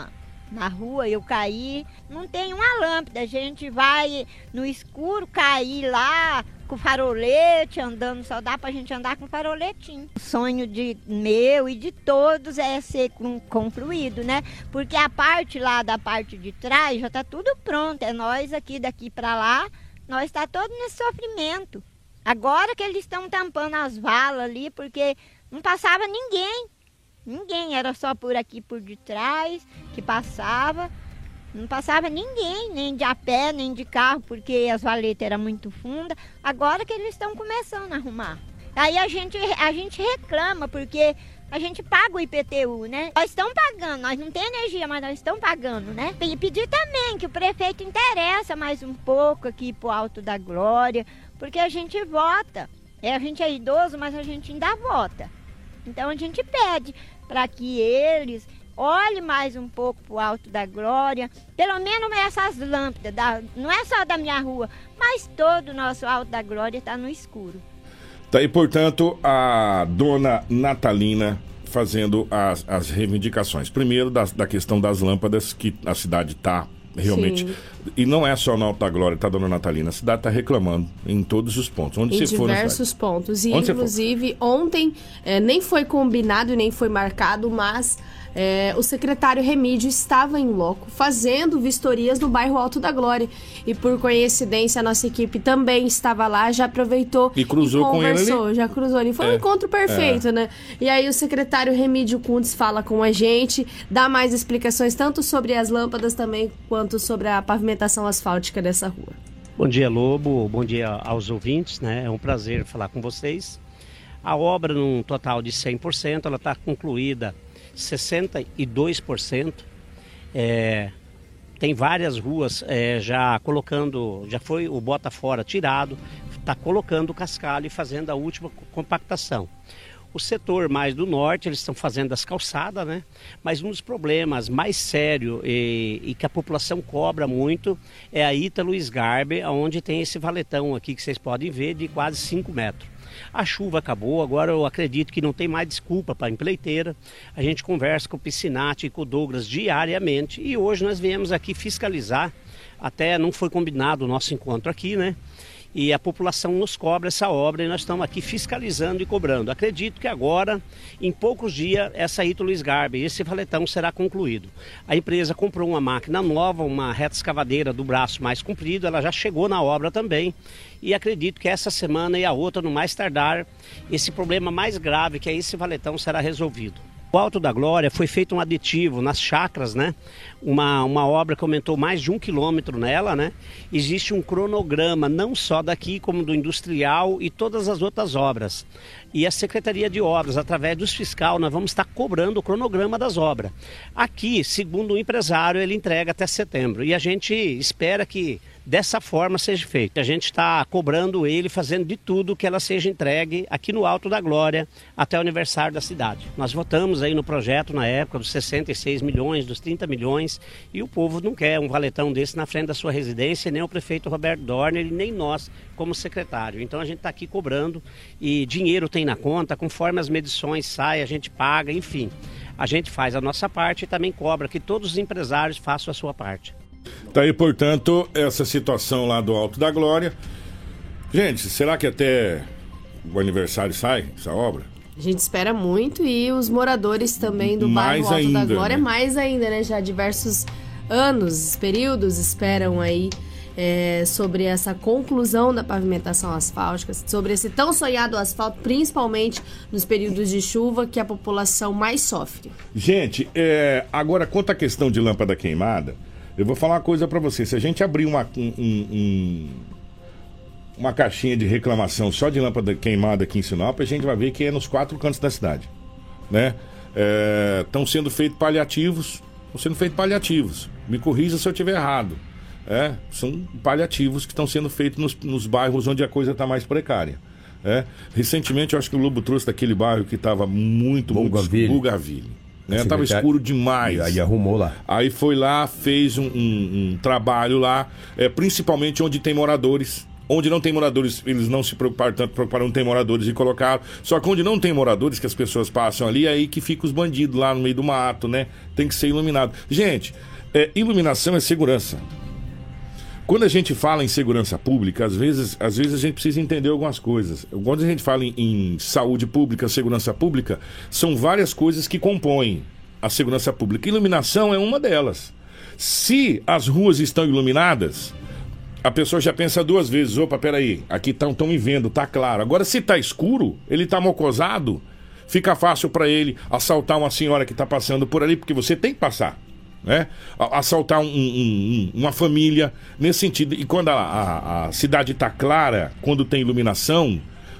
na rua, eu caí, não tem uma lâmpada, a gente vai no escuro cair lá com farolete, andando, só dá pra gente andar com faroletinho. O sonho de meu e de todos é ser concluído, né? Porque a parte lá da parte de trás já tá tudo pronto, é nós aqui daqui pra lá, nós tá todo nesse sofrimento. Agora que eles estão tampando as valas ali, porque não passava ninguém. Ninguém, era só por aqui por detrás que passava. Não passava ninguém, nem de a pé, nem de carro, porque as valetas eram muito fundas. Agora que eles estão começando a arrumar. Aí a gente, a gente reclama, porque a gente paga o I P T U, né? Nós estamos pagando, nós não temos energia, mas nós estamos pagando, né? E pedir também que o prefeito interessa mais um pouco aqui pro Alto da Glória, porque a gente vota. É, a gente é idoso, mas a gente ainda vota. Então a gente pede para que eles olhem mais um pouco para o Alto da Glória, pelo menos essas lâmpadas, da, não é só da minha rua, mas todo o nosso Alto da Glória está no escuro. Tá aí, portanto, a dona Natalina fazendo as, as reivindicações. Primeiro, da, da questão das lâmpadas, que a cidade está realmente... Sim. E não é só no Alto da Glória, tá, dona Natalina? A cidade está reclamando em todos os pontos. Onde em você for, diversos pontos. E, onde inclusive, ontem, é, nem foi combinado e nem foi marcado, mas... É, o secretário Remídio estava em loco fazendo vistorias no bairro Alto da Glória e por coincidência a nossa equipe também estava lá, já aproveitou e cruzou e conversou, com ele ali? já cruzou ali, foi é, um encontro perfeito, é. né? E aí o secretário Remídio Kundes fala com a gente, dá mais explicações tanto sobre as lâmpadas também quanto sobre a pavimentação asfáltica dessa rua. Bom dia, Lobo, bom dia aos ouvintes, né? É um prazer falar com vocês. A obra num total de cem por cento, ela está concluída sessenta e dois por cento, é, tem várias ruas é, já colocando, já foi o bota fora tirado, está colocando o cascalho e fazendo a última compactação. O setor mais do norte, eles estão fazendo as calçadas, né? Mas um dos problemas mais sérios e, e que a população cobra muito é a Ítalo Sgarbi, onde tem esse valetão aqui que vocês podem ver de quase cinco metros. A chuva acabou, agora eu acredito que não tem mais desculpa para a empreiteira. A gente conversa com o Piscinati e com o Douglas diariamente e hoje nós viemos aqui fiscalizar, até não foi combinado o nosso encontro aqui, né? E a população nos cobra essa obra e nós estamos aqui fiscalizando e cobrando. Acredito que agora, em poucos dias, essa Ítalo Sgarbi, esse valetão será concluído. A empresa comprou uma máquina nova, uma reta escavadeira do braço mais comprido, ela já chegou na obra também. E acredito que essa semana e a outra, no mais tardar, esse problema mais grave que é esse valetão será resolvido. O Alto da Glória foi feito um aditivo nas chacras, né? Uma, uma obra que aumentou mais de um quilômetro nela, né? Existe um cronograma, não só daqui, como do industrial e todas as outras obras. E a Secretaria de Obras, através dos fiscais, nós vamos estar cobrando o cronograma das obras. Aqui, segundo o empresário, ele entrega até setembro. E a gente espera que dessa forma seja feito. A gente está cobrando ele, fazendo de tudo que ela seja entregue aqui no Alto da Glória até o aniversário da cidade. Nós votamos aí no projeto na época dos sessenta e seis milhões, dos trinta milhões, e o povo não quer um valetão desse na frente da sua residência, nem o prefeito Roberto Dorner, nem nós como secretário. Então a gente está aqui cobrando e dinheiro tem na conta, conforme as medições saem, a gente paga, enfim. A gente faz a nossa parte e também cobra que todos os empresários façam a sua parte. Tá aí, portanto, essa situação lá do Alto da Glória. Gente, será que até o aniversário sai essa obra? A gente espera muito e os moradores também do mais bairro Alto ainda, da Glória, né? mais ainda, né? Já diversos anos, períodos esperam aí é, sobre essa conclusão da pavimentação asfáltica, sobre esse tão sonhado asfalto, principalmente nos períodos de chuva que a população mais sofre. Gente, é, agora quanto à questão de lâmpada queimada, eu vou falar uma coisa pra você. Se a gente abrir uma, um, um, uma caixinha de reclamação só de lâmpada queimada aqui em Sinop, a gente vai ver que é nos quatro cantos da cidade, né? Estão é, sendo feitos paliativos, estão sendo feitos paliativos. Me corrija se eu estiver errado. É, são paliativos que estão sendo feitos nos, nos bairros onde a coisa está mais precária. É. Recentemente, eu acho que o Lobo trouxe daquele bairro que estava muito, Bougainville. muito Bougainville. Né? Tava escuro demais. E aí arrumou lá. Aí foi lá, fez um, um, um trabalho lá, é, principalmente onde tem moradores. Onde não tem moradores, eles não se preocuparam tanto, preocuparam, não tem moradores e colocaram. Só que onde não tem moradores, que as pessoas passam ali, é aí que fica os bandidos lá no meio do mato, né? Tem que ser iluminado. Gente, É, iluminação é segurança. Quando a gente fala em segurança pública, às vezes, às vezes a gente precisa entender algumas coisas. Quando a gente fala em, em saúde pública, segurança pública, são várias coisas que compõem a segurança pública. Iluminação é uma delas. Se as ruas estão iluminadas, a pessoa já pensa duas vezes. Opa, peraí, aqui estão me vendo, tá claro. Agora, se tá escuro, ele tá mocosado, fica fácil para ele assaltar uma senhora que está passando por ali, porque você tem que passar. Né? Assaltar um, um, um, uma família nesse sentido. E quando a, a, a cidade está clara, quando tem iluminação,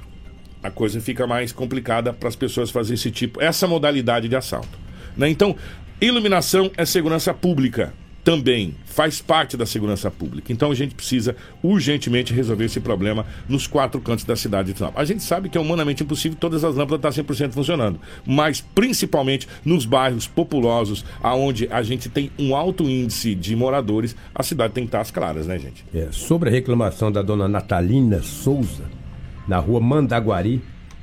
a coisa fica mais complicada para as pessoas fazerem esse tipo, essa modalidade de assalto, né? Então, iluminação é segurança pública também, faz parte da segurança pública. Então a gente precisa urgentemente resolver esse problema nos quatro cantos da cidade de Sinop. A gente sabe que é humanamente impossível todas as lâmpadas estar cem por cento funcionando, mas principalmente nos bairros populosos, aonde a gente tem um alto índice de moradores, a cidade tem que estar às claras, né, gente? É, sobre a reclamação da dona Natalina Souza, na rua Mandaguari,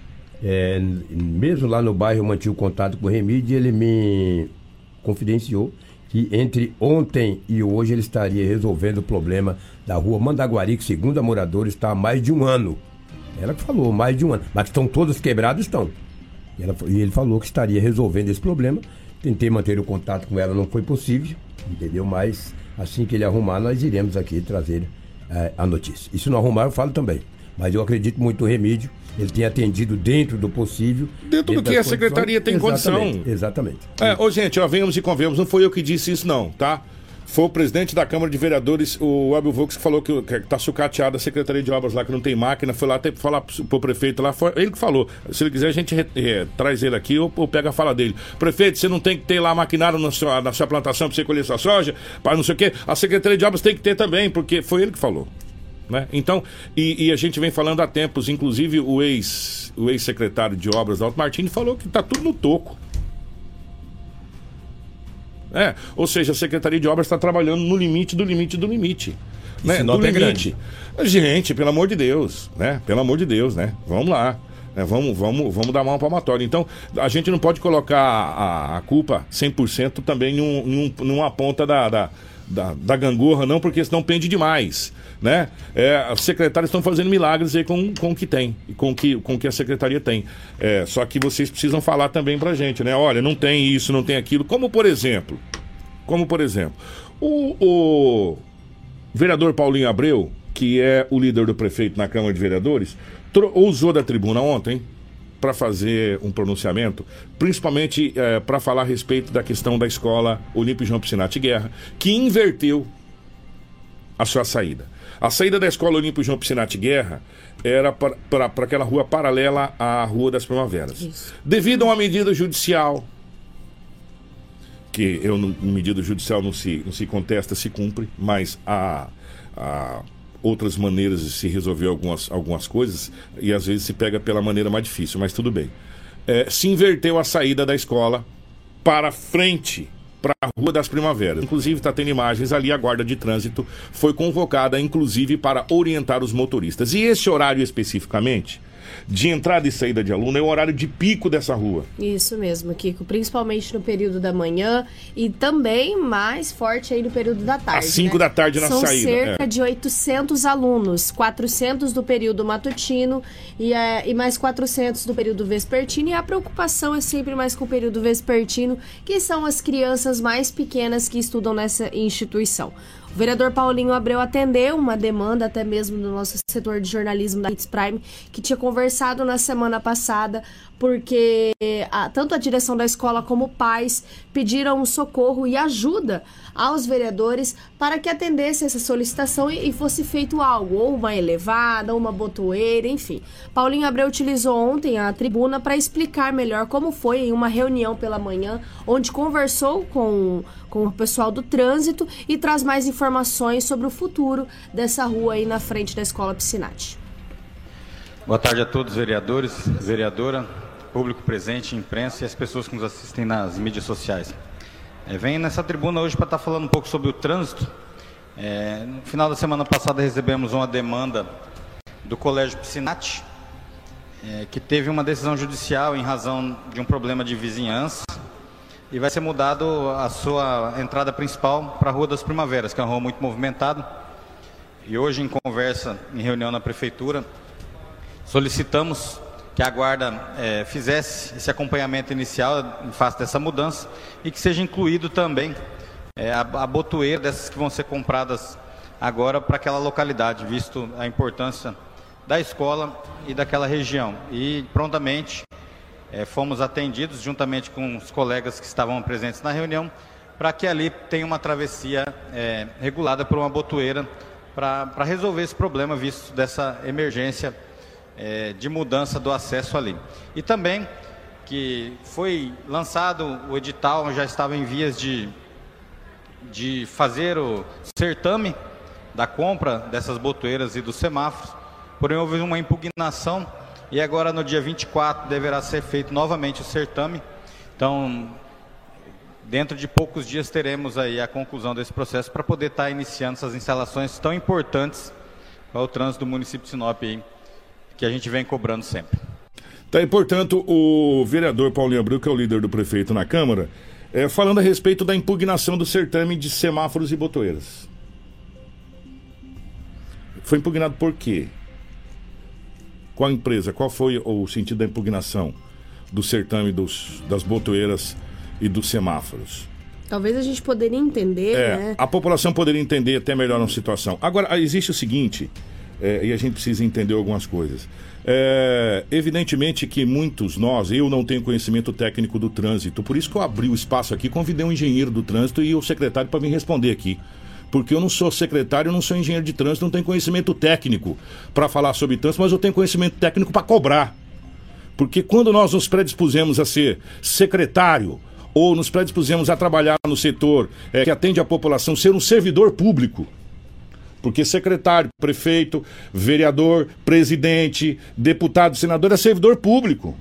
é, mesmo lá no bairro eu mantive o contato com o Remídio e ele me confidenciou que entre ontem e hoje ele estaria resolvendo o problema da rua Mandaguari, que segundo a moradora está há mais de um ano. Ela que falou, mais de um ano. Mas estão todos quebrados, estão. E, ela, e ele falou que estaria resolvendo esse problema. Tentei manter o contato com ela, não foi possível, entendeu? Mas assim que ele arrumar, nós iremos aqui trazer é, a notícia. E se não arrumar, eu falo também. Mas eu acredito muito no Remídio. Ele tem atendido dentro do possível. Dentro, dentro do que a secretaria tem exatamente, condição. Exatamente. É, ô, gente, ó, venhamos e convenhamos. Não foi eu que disse isso, não, tá? Foi o presidente da Câmara de Vereadores, o Abel Vux, que falou que, que tá sucateada a Secretaria de Obras lá, que não tem máquina. Foi lá até falar pro, pro prefeito lá. Foi ele que falou. Se ele quiser, a gente é, traz ele aqui ou, ou pega a fala dele. Prefeito, você não tem que ter lá maquinário na sua, na sua plantação pra você colher sua soja, para não sei o quê. A Secretaria de Obras tem que ter também, porque foi ele que falou. Né? Então, e, e a gente vem falando há tempos, inclusive o ex o ex-secretário de obras Alto Martini falou que está tudo no toco. É, ou seja, a Secretaria de Obras está trabalhando no limite do limite do limite. Né? Do limite. É gente, pelo amor de Deus, né? Pelo amor de Deus, né? Vamos lá. Né? Vamos, vamos, vamos dar mão palmatória. Então, a gente não pode colocar a, a culpa cem por cento também num, num, numa ponta da, da, da, da gangorra, não, porque senão pende demais. Né? É, os secretários estão fazendo milagres aí com, com o que tem, com o que, com o que a secretaria tem. É, só que vocês precisam falar também pra gente, né? Olha, não tem isso, não tem aquilo. Como por exemplo, como por exemplo, o, o vereador Paulinho Abreu, que é o líder do prefeito na Câmara de Vereadores, usou da tribuna ontem para fazer um pronunciamento, principalmente é, para falar a respeito da questão da escola Olímpio João Piscinati Guerra, que inverteu a sua saída. A saída da escola Olímpio João Piscinati Guerra era para aquela rua paralela à Rua das Primaveras. Isso. Devido a uma medida judicial, que eu, no, medida judicial não se, não se contesta, se cumpre, mas há, há outras maneiras de se resolver algumas, algumas coisas, e às vezes se pega pela maneira mais difícil, mas tudo bem. É, se inverteu a saída da escola para frente, para a Rua das Primaveras. Inclusive está tendo imagens ali, a guarda de trânsito foi convocada, inclusive, para orientar os motoristas. E esse horário especificamente, de entrada e saída de aluno, é o horário de pico dessa rua. Isso mesmo, Kiko, principalmente no período da manhã e também mais forte aí no período da tarde. Às cinco né? da tarde na São saída. São cerca é. de oitocentos alunos, quatrocentos do período matutino e, é, e mais quatrocentos do período vespertino. E a preocupação é sempre mais com o período vespertino, que são as crianças mais pequenas que estudam nessa instituição. O vereador Paulinho Abreu atendeu uma demanda até mesmo do nosso setor de jornalismo da Hits Prime, que tinha conversado na semana passada, porque a, tanto a direção da escola como pais pediram socorro e ajuda aos vereadores para que atendesse essa solicitação e, e fosse feito algo, ou uma elevada, ou uma botoeira, enfim. Paulinho Abreu utilizou ontem a tribuna para explicar melhor como foi em uma reunião pela manhã, onde conversou com, com o pessoal do trânsito e traz mais informações sobre o futuro dessa rua aí na frente da Escola Piscinati. Boa tarde a todos, vereadores, vereadora, público presente, imprensa e as pessoas que nos assistem nas mídias sociais. É, venho nessa tribuna hoje para estar falando um pouco sobre o trânsito. É, no final da semana passada recebemos uma demanda do Colégio Piscinati, é, que teve uma decisão judicial em razão de um problema de vizinhança. e vai ser mudado a sua entrada principal para a Rua das Primaveras, que é uma rua muito movimentada. E hoje, em conversa, em reunião na Prefeitura, solicitamos que a Guarda é, fizesse esse acompanhamento inicial em face dessa mudança e que seja incluído também é, a, a botoeira dessas que vão ser compradas agora para aquela localidade, visto a importância da escola e daquela região. E prontamente é, fomos atendidos, juntamente com os colegas que estavam presentes na reunião, para que ali tenha uma travessia é, regulada por uma botoeira para resolver esse problema, visto dessa emergência é, de mudança do acesso ali. E também que foi lançado o edital, já estava em vias de, de fazer o certame da compra dessas botoeiras e dos semáforos, porém houve uma impugnação e agora no dia vinte e quatro deverá ser feito novamente o certame. Então, dentro de poucos dias teremos aí a conclusão desse processo para poder estar iniciando essas instalações tão importantes para o trânsito do município de Sinop aí, que a gente vem cobrando sempre. Tá, e portanto o vereador Paulinho Abreu, que é o líder do prefeito na Câmara, é, falando a respeito da impugnação do certame de semáforos e botoeiras. Foi impugnado por quê? Qual empresa? Qual foi o sentido da impugnação do certame dos, das botoeiras e dos semáforos? Talvez a gente poderia entender, é, né? A população poderia entender até melhor a situação. Agora, existe o seguinte, é, e a gente precisa entender algumas coisas. É, evidentemente que muitos nós, eu não tenho conhecimento técnico do trânsito, por isso que eu abri o espaço aqui, convidei um engenheiro do trânsito e o secretário para vir responder aqui. Porque eu não sou secretário, eu não sou engenheiro de trânsito, não tenho conhecimento técnico para falar sobre trânsito, mas eu tenho conhecimento técnico para cobrar. Porque quando nós nos predispusemos a ser secretário ou nos predispusemos a trabalhar no setor é, que atende a população, ser um servidor público, porque secretário, prefeito, vereador, presidente, deputado, senador é servidor público.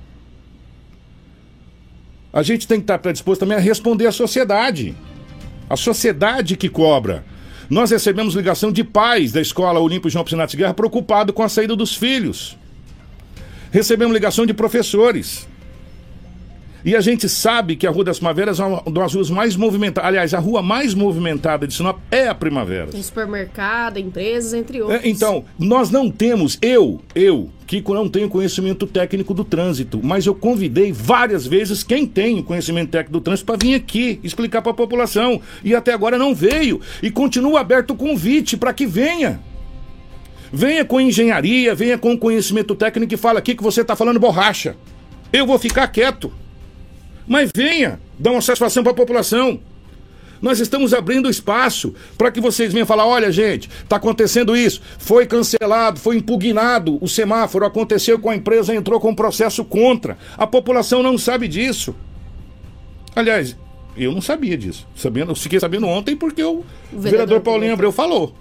A gente tem que estar predisposto também a responder à sociedade. A sociedade que cobra. Nós recebemos ligação de pais da escola Olímpio João Piscinato Guerra preocupados com a saída dos filhos. Recebemos ligação de professores. E a gente sabe que a Rua das Primaveras é uma das ruas mais movimentadas. Aliás, a rua mais movimentada de Sinop é a Primavera. Tem supermercado, empresas, entre outros. É, então, nós não temos, eu, eu, Kiko, não tenho conhecimento técnico do trânsito, mas eu convidei várias vezes quem tem conhecimento técnico do trânsito para vir aqui explicar para a população. E até agora não veio. E continua aberto o convite para que venha. Venha com engenharia, venha com conhecimento técnico e fala aqui que você está falando borracha. Eu vou ficar quieto. Mas venha, dá uma satisfação para a população. Nós estamos abrindo espaço para que vocês venham falar, olha gente, está acontecendo isso, foi cancelado, foi impugnado o semáforo, aconteceu com a empresa, entrou com um processo contra. A população não sabe disso. Aliás, eu não sabia disso. Sabendo, eu fiquei sabendo ontem porque o, o vereador, vereador Paulinho Abreu falou.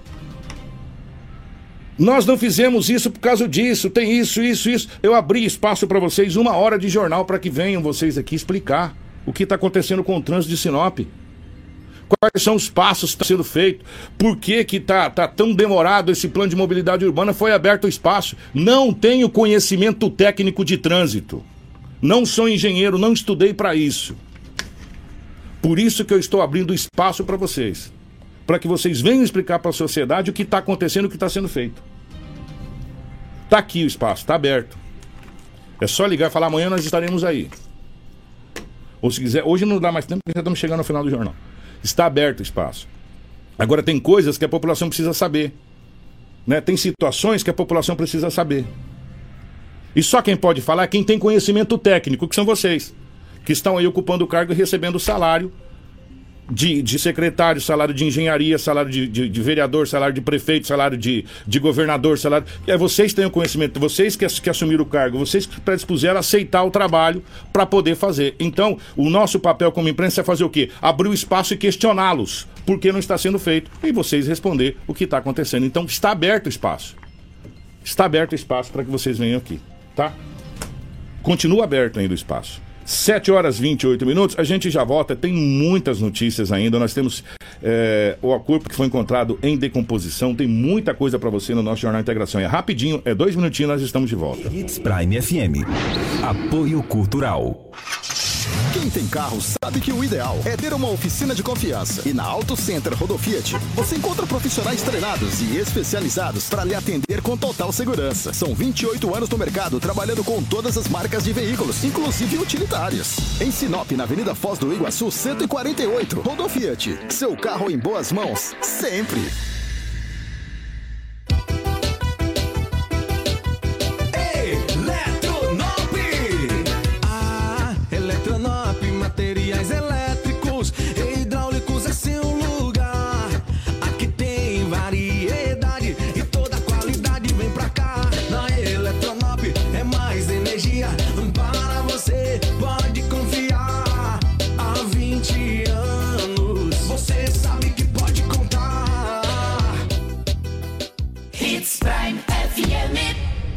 Nós não fizemos isso por causa disso, tem isso, isso, isso. Eu abri espaço para vocês, uma hora de jornal, para que venham vocês aqui explicar o que está acontecendo com o trânsito de Sinop. Quais são os passos que estão sendo feitos? Por que que está tá tão demorado esse plano de mobilidade urbana? Foi aberto o espaço. Não tenho conhecimento técnico de trânsito. Não sou engenheiro, não estudei para isso. Por isso que eu estou abrindo espaço para vocês. Para que vocês venham explicar para a sociedade o que está acontecendo, o que está sendo feito. Está aqui o espaço, está aberto. É só ligar e falar, amanhã nós estaremos aí. Ou se quiser, hoje não dá mais tempo, porque já estamos chegando ao final do jornal. Está aberto o espaço. Agora tem coisas que a população precisa saber. Né? Tem situações que a população precisa saber. E só quem pode falar é quem tem conhecimento técnico, que são vocês. Que estão aí ocupando o cargo e recebendo o salário. De, de secretário, salário de engenharia, salário de, de, de vereador, salário de prefeito, salário de, de governador, salário... É, vocês têm o conhecimento, vocês que, que assumiram o cargo, vocês que predispuseram a aceitar o trabalho para poder fazer. Então, o nosso papel como imprensa é fazer o quê? Abrir o espaço e questioná-los por que não está sendo feito e vocês responder o que está acontecendo. Então, está aberto o espaço. Está aberto o espaço para que vocês venham aqui, tá? Continua aberto ainda o espaço. sete horas e vinte e oito minutos, a gente já volta, tem muitas notícias ainda, nós temos é, o corpo que foi encontrado em decomposição, tem muita coisa para você no nosso Jornal Integração, é rapidinho, é dois minutinhos, nós estamos de volta. Hits Prime F M, apoio cultural. Quem tem carro sabe que o ideal é ter uma oficina de confiança. E na Auto Center Rodofiat, você encontra profissionais treinados e especializados para lhe atender com total segurança. São vinte e oito anos no mercado, trabalhando com todas as marcas de veículos, inclusive utilitários. Em Sinop, na Avenida Foz do Iguaçu, cento e quarenta e oito. Rodofiat, seu carro em boas mãos, sempre. Materiais elétricos e hidráulicos é seu lugar. Aqui tem variedade e toda qualidade vem pra cá. Na Eletronop é mais energia para você, pode confiar. Há vinte anos você sabe que pode contar. Hits Prime F M.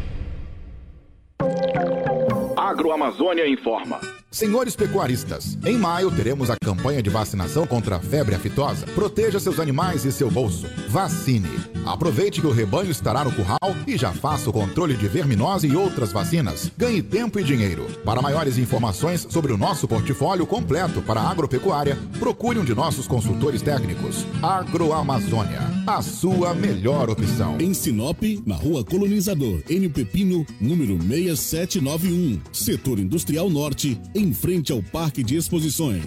Agroamazônia informa. Senhores pecuaristas, em maio teremos a campanha de vacinação contra a febre aftosa. Proteja seus animais e seu bolso. Vacine. Aproveite que o rebanho estará no curral e já faça o controle de verminose e outras vacinas. Ganhe tempo e dinheiro. Para maiores informações sobre o nosso portfólio completo para a agropecuária, procure um de nossos consultores técnicos. Agroamazônia, a sua melhor opção. Em Sinop, na Rua Colonizador, Enio Pepino, número seis sete nove um, Setor Industrial Norte, em frente ao Parque de Exposições.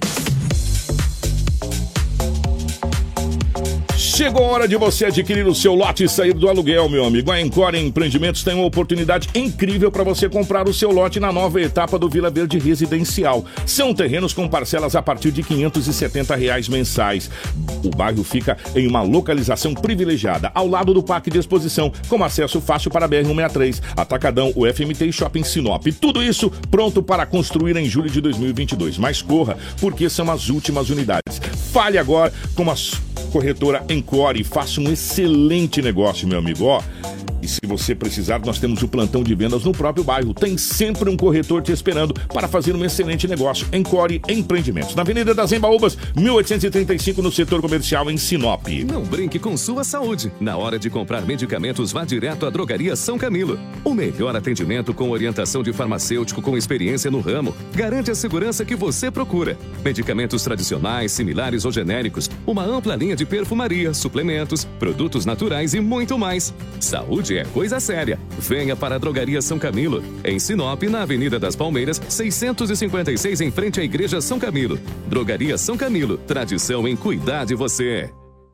Chegou a hora de você adquirir o seu lote e sair do aluguel, meu amigo. A Encore Empreendimentos tem uma oportunidade incrível para você comprar o seu lote na nova etapa do Vila Verde Residencial. São terrenos com parcelas a partir de quinhentos e setenta reais mensais. O bairro fica em uma localização privilegiada, ao lado do Parque de Exposição, com acesso fácil para a B R cento e sessenta e três, Atacadão, o F M T e Shopping Sinop. Tudo isso pronto para construir em julho de dois mil e vinte e dois. Mas corra, porque são as últimas unidades. Fale agora com a corretora Encore e faça um excelente negócio, meu amigo. Ó, e se você precisar, nós temos o plantão de vendas no próprio bairro. Tem sempre um corretor te esperando para fazer um excelente negócio. Encore Empreendimentos, na Avenida das Embaúbas, mil oitocentos e trinta e cinco, no setor comercial em Sinop. Não brinque com sua saúde. Na hora de comprar medicamentos, vá direto à Drogaria São Camilo. O melhor atendimento com orientação de farmacêutico com experiência no ramo garante a segurança que você procura. Medicamentos tradicionais, similares ou genéricos, uma ampla linha de perfumaria, suplementos, produtos naturais e muito mais. Saúde é coisa séria. Venha para a Drogaria São Camilo, em Sinop, na Avenida das Palmeiras, seiscentos e cinquenta e seis, em frente à Igreja São Camilo. Drogaria São Camilo, tradição em cuidar de você.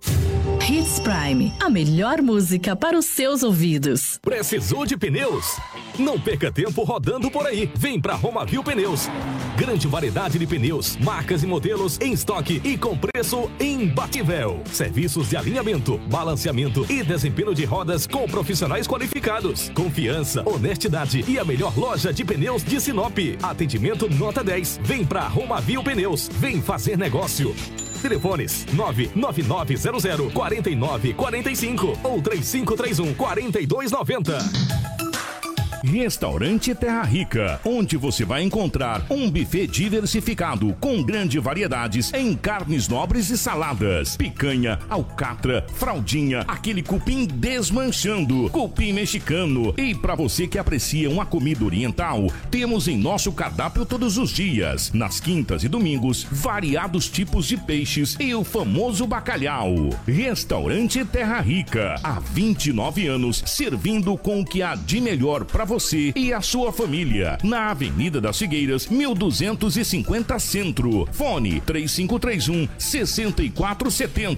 Hits Prime, a melhor música para os seus ouvidos. Precisou de pneus? Não perca tempo rodando por aí. Vem pra Romavil Pneus. Grande variedade de pneus, marcas e modelos em estoque e com preço imbatível. Serviços de alinhamento, balanceamento e desempenho de rodas com profissionais qualificados. Confiança, honestidade e a melhor loja de pneus de Sinop. Atendimento nota dez. Vem pra Romavil Pneus. Vem fazer negócio. Telefones nove nove nove zero zero quatro nove quatro cinco ou três cinco três um quatro dois nove zero. Restaurante Terra Rica, onde você vai encontrar um buffet diversificado com grandes variedades em carnes nobres e saladas, picanha, alcatra, fraldinha, aquele cupim desmanchando, cupim mexicano. E para você que aprecia uma comida oriental, temos em nosso cardápio todos os dias, nas quintas e domingos, variados tipos de peixes e o famoso bacalhau. Restaurante Terra Rica, há vinte e nove anos, servindo com o que há de melhor para você. Você e a sua família, na Avenida das Figueiras, mil duzentos e cinquenta Centro. Fone três cinco três um, seis quatro sete zero.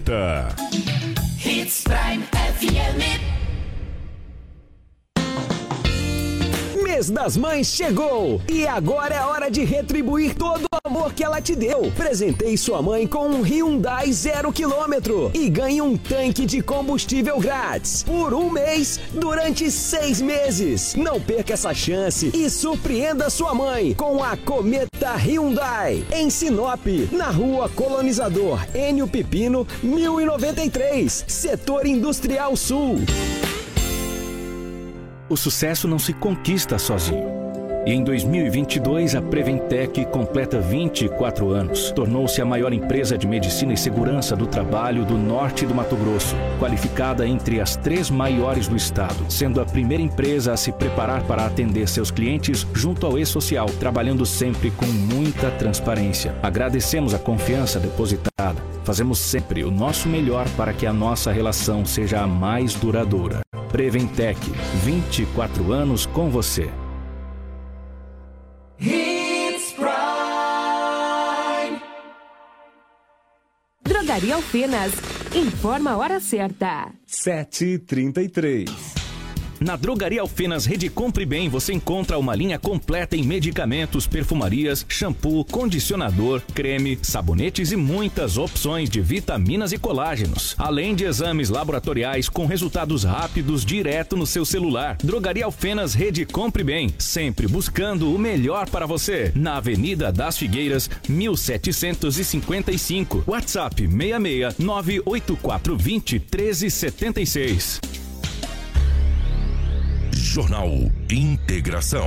Hits Prime F M. Mês das Mães chegou e agora é hora de retribuir todo o amor que ela te deu. Presentei sua mãe com um Hyundai zero quilômetro e ganhe um tanque de combustível grátis por um mês durante seis meses. Não perca essa chance e surpreenda sua mãe com a Cometa Hyundai em Sinop, na Rua Colonizador Enio Pepino, mil e noventa e três, Setor Industrial Sul. O sucesso não se conquista sozinho. E em dois mil e vinte e dois, a Preventec completa vinte e quatro anos. Tornou-se a maior empresa de medicina e segurança do trabalho do norte do Mato Grosso, qualificada entre as três maiores do estado, sendo a primeira empresa a se preparar para atender seus clientes junto ao E-Social, trabalhando sempre com muita transparência. Agradecemos a confiança depositada. Fazemos sempre o nosso melhor para que a nossa relação seja a mais duradoura. Preventec, vinte e quatro anos com você. Hits Prime. Drogaria Alfenas. Informa a hora certa. sete e trinta e três. Na Drogaria Alfenas Rede Compre Bem você encontra uma linha completa em medicamentos, perfumarias, shampoo, condicionador, creme, sabonetes e muitas opções de vitaminas e colágenos. Além de exames laboratoriais com resultados rápidos direto no seu celular. Drogaria Alfenas Rede Compre Bem, sempre buscando o melhor para você. Na Avenida das Figueiras, mil setecentos e cinquenta e cinco. WhatsApp seis seis nove oito quatro dois zero um três sete seis. Jornal Integração.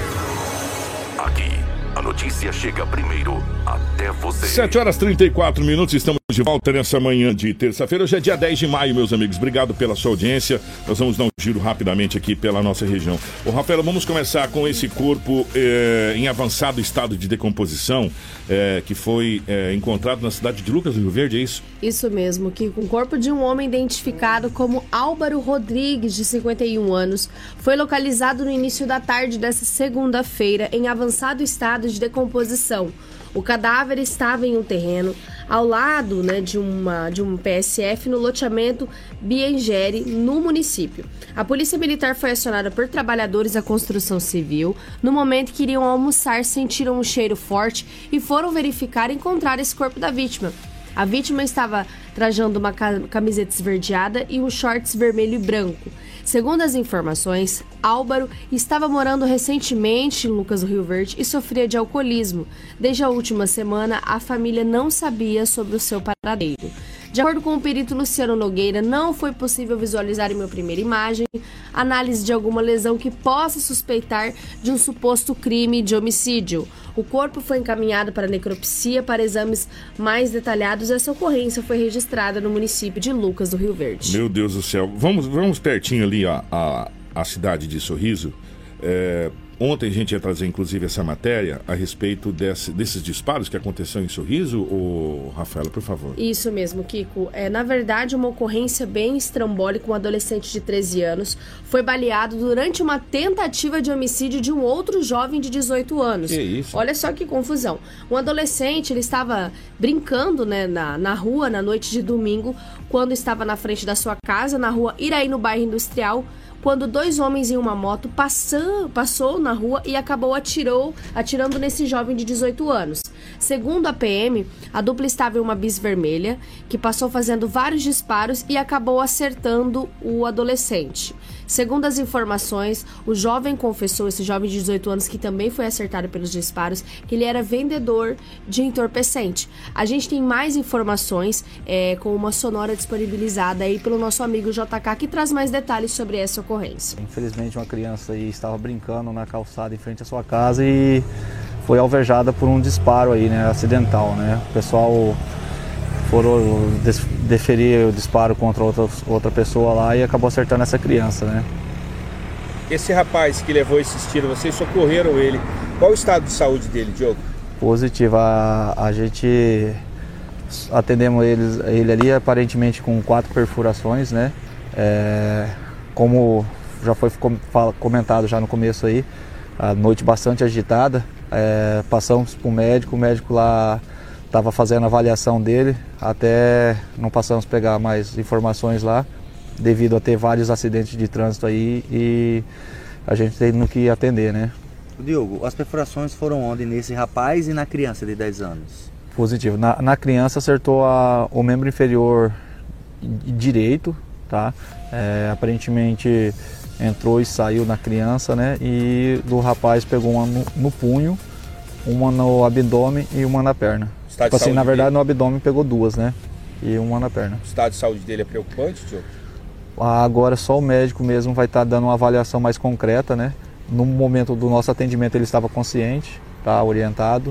Aqui, a notícia chega primeiro até você. sete horas e trinta e quatro minutos, estamos de volta nessa manhã de terça-feira. Hoje é dia dez de maio, meus amigos. Obrigado pela sua audiência. Nós vamos dar um giro rapidamente aqui pela nossa região. Ô, Rafaela, vamos começar com esse corpo eh, em avançado estado de decomposição eh, que foi eh, encontrado na cidade de Lucas do Rio Verde, é isso? Isso mesmo, que o corpo de um homem identificado como Álvaro Rodrigues, de cinquenta e um anos, foi localizado no início da tarde desta segunda-feira em avançado estado de decomposição. O cadáver estava em um terreno ao lado, né, de, uma, de um P S F no loteamento Biengere, no município. A polícia militar foi acionada por trabalhadores da construção civil. No momento que iriam almoçar, sentiram um cheiro forte e foram verificar e encontrar esse corpo da vítima. A vítima estava trajando uma camiseta esverdeada e um shorts vermelho e branco. Segundo as informações, Álvaro estava morando recentemente em Lucas do Rio Verde e sofria de alcoolismo. Desde a última semana, a família não sabia sobre o seu paradeiro. De acordo com o perito Luciano Nogueira, não foi possível visualizar em uma primeira imagem análise de alguma lesão que possa suspeitar de um suposto crime de homicídio. O corpo foi encaminhado para necropsia para exames mais detalhados. Essa ocorrência foi registrada no município de Lucas do Rio Verde. Meu Deus do céu. Vamos, vamos pertinho ali a, a, a cidade de Sorriso. É... Ontem a gente ia trazer, inclusive, essa matéria a respeito desse, desses disparos que aconteceram em Sorriso. Ô, Rafaela, por favor. Isso mesmo, Kiko. É, na verdade, uma ocorrência bem estrambólica. Um adolescente de treze anos foi baleado durante uma tentativa de homicídio de um outro jovem de dezoito anos. Que isso? Olha só que confusão. Um adolescente, ele estava brincando, né, na, na rua, na noite de domingo, quando estava na frente da sua casa, na rua Iraí, no bairro Industrial, quando dois homens em uma moto passou, passou na rua e acabou atirou, atirando nesse jovem de dezoito anos. Segundo a P M, a dupla estava em uma bis vermelha, que passou fazendo vários disparos e acabou acertando o adolescente. Segundo as informações, o jovem confessou, esse jovem de dezoito anos, que também foi acertado pelos disparos, que ele era vendedor de entorpecente. A gente tem mais informações é, com uma sonora disponibilizada aí pelo nosso amigo J K, que traz mais detalhes sobre essa ocorrência. Infelizmente, uma criança aí estava brincando na calçada em frente à sua casa e foi alvejada por um disparo aí, né, acidental, né? O pessoal foram deferir o disparo contra outra, outra pessoa lá e acabou acertando essa criança, né? Esse rapaz que levou esses tiros, vocês socorreram ele. Qual o estado de saúde dele, Diogo? Positivo. A, a gente atendemos ele, ele ali aparentemente com quatro perfurações, né? É, como já foi comentado já no começo aí, a noite bastante agitada, é, passamos para o médico, o médico lá estava fazendo a avaliação dele, até não passamos a pegar mais informações lá, devido a ter vários acidentes de trânsito aí e a gente tendo que atender, né? Diogo, as perfurações foram onde? Nesse rapaz e na criança de dez anos? Positivo. Na, na criança acertou a, o membro inferior direito, tá? É, aparentemente entrou e saiu na criança, né? E do rapaz pegou uma no, no punho, uma no abdômen e uma na perna. Tipo assim, na verdade, dele... no abdômen pegou duas, né? E uma na perna. O estado de saúde dele é preocupante, Diogo? Agora só o médico mesmo vai estar tá dando uma avaliação mais concreta, né? no momento do nosso atendimento ele estava consciente, tá orientado,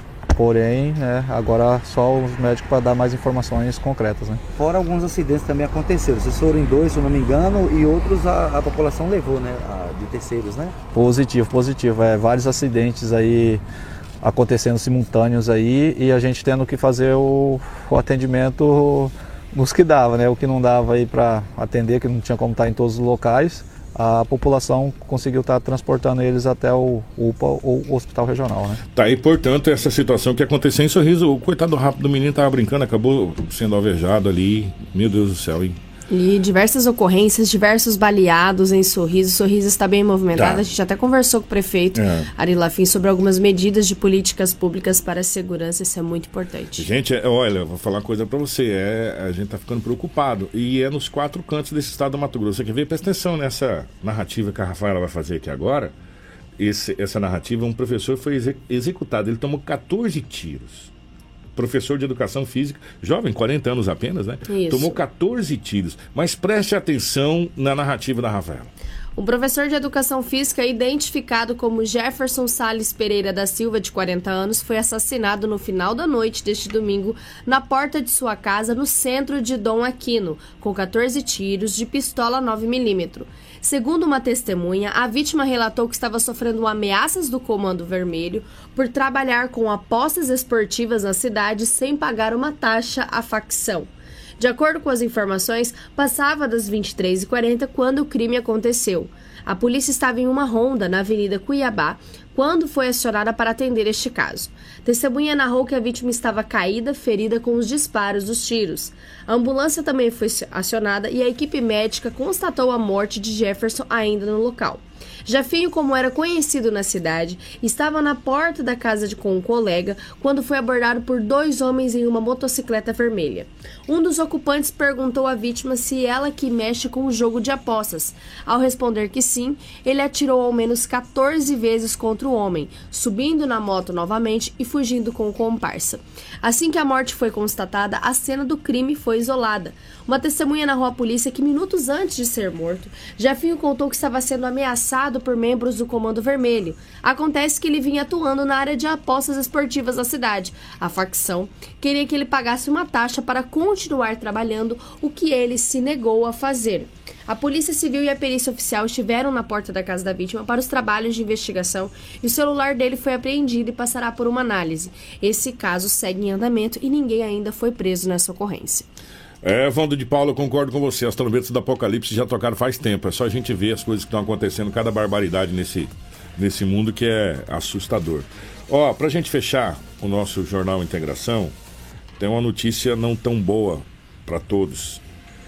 porém, né, agora só os médicos para dar mais informações concretas, né? Fora alguns acidentes também aconteceram, vocês foram em dois, se eu não me engano, e outros a, a população levou, né, a, de terceiros, né? Positivo, positivo, é, vários acidentes aí acontecendo simultâneos aí e a gente tendo que fazer o, o atendimento nos que dava, né? O que não dava aí para atender, que não tinha como estar em todos os locais, a população conseguiu estar transportando eles até o U P A ou o hospital regional, né? Tá aí, portanto, essa situação que aconteceu em Sorriso. O coitado do rápido do menino tava brincando, acabou sendo alvejado ali. Meu Deus do céu, hein? E diversas ocorrências, diversos baleados em Sorriso. Sorriso está bem movimentado. Tá. A gente até conversou com o prefeito É. Ari Lafim sobre algumas medidas de políticas públicas para a segurança. Isso é muito importante. Gente, é, olha, eu vou falar uma coisa pra você. É, a gente tá ficando preocupado. E é nos quatro cantos desse estado do Mato Grosso. Você quer ver? Presta atenção nessa narrativa que a Rafaela vai fazer aqui agora. Esse, essa narrativa, um professor foi exe- executado. Ele tomou catorze tiros. Professor de educação física, jovem, quarenta anos apenas, né? Isso. Tomou catorze tiros. Mas preste atenção na narrativa da Rafaela. Um professor de educação física identificado como Jefferson Salles Pereira da Silva, de quarenta anos, foi assassinado no final da noite deste domingo na porta de sua casa no centro de Dom Aquino, com catorze tiros de pistola nove milímetros. Segundo uma testemunha, a vítima relatou que estava sofrendo ameaças do Comando Vermelho por trabalhar com apostas esportivas na cidade sem pagar uma taxa à facção. De acordo com as informações, passava das vinte e três e quarenta quando o crime aconteceu. A polícia estava em uma ronda na Avenida Cuiabá quando foi acionada para atender este caso. Testemunha narrou que a vítima estava caída, ferida com os disparos dos tiros. A ambulância também foi acionada e a equipe médica constatou a morte de Jefferson ainda no local. Jafinho, como era conhecido na cidade, estava na porta da casa de, com um colega quando foi abordado por dois homens em uma motocicleta vermelha. Um dos ocupantes perguntou à vítima se ela que mexe com o jogo de apostas. Ao responder que sim, ele atirou ao menos catorze vezes contra o homem, subindo na moto novamente e fugindo com o comparsa. Assim que a morte foi constatada, a cena do crime foi isolada. Uma testemunha narrou à polícia que minutos antes de ser morto, Jafinho contou que estava sendo ameaçado por membros do Comando Vermelho. Acontece que ele vinha atuando na área de apostas esportivas da cidade. A facção queria que ele pagasse uma taxa para continuar trabalhando, o que ele se negou a fazer. A Polícia Civil e a perícia oficial estiveram na porta da casa da vítima para os trabalhos de investigação e o celular dele foi apreendido e passará por uma análise. Esse caso segue em andamento e ninguém ainda foi preso nessa ocorrência. É, Wando de Paula, eu concordo com você. As trombetas do Apocalipse já tocaram faz tempo. É só a gente ver as coisas que estão acontecendo, cada barbaridade nesse, nesse mundo que é assustador. Ó, pra gente fechar o nosso Jornal Integração, tem uma notícia não tão boa para todos.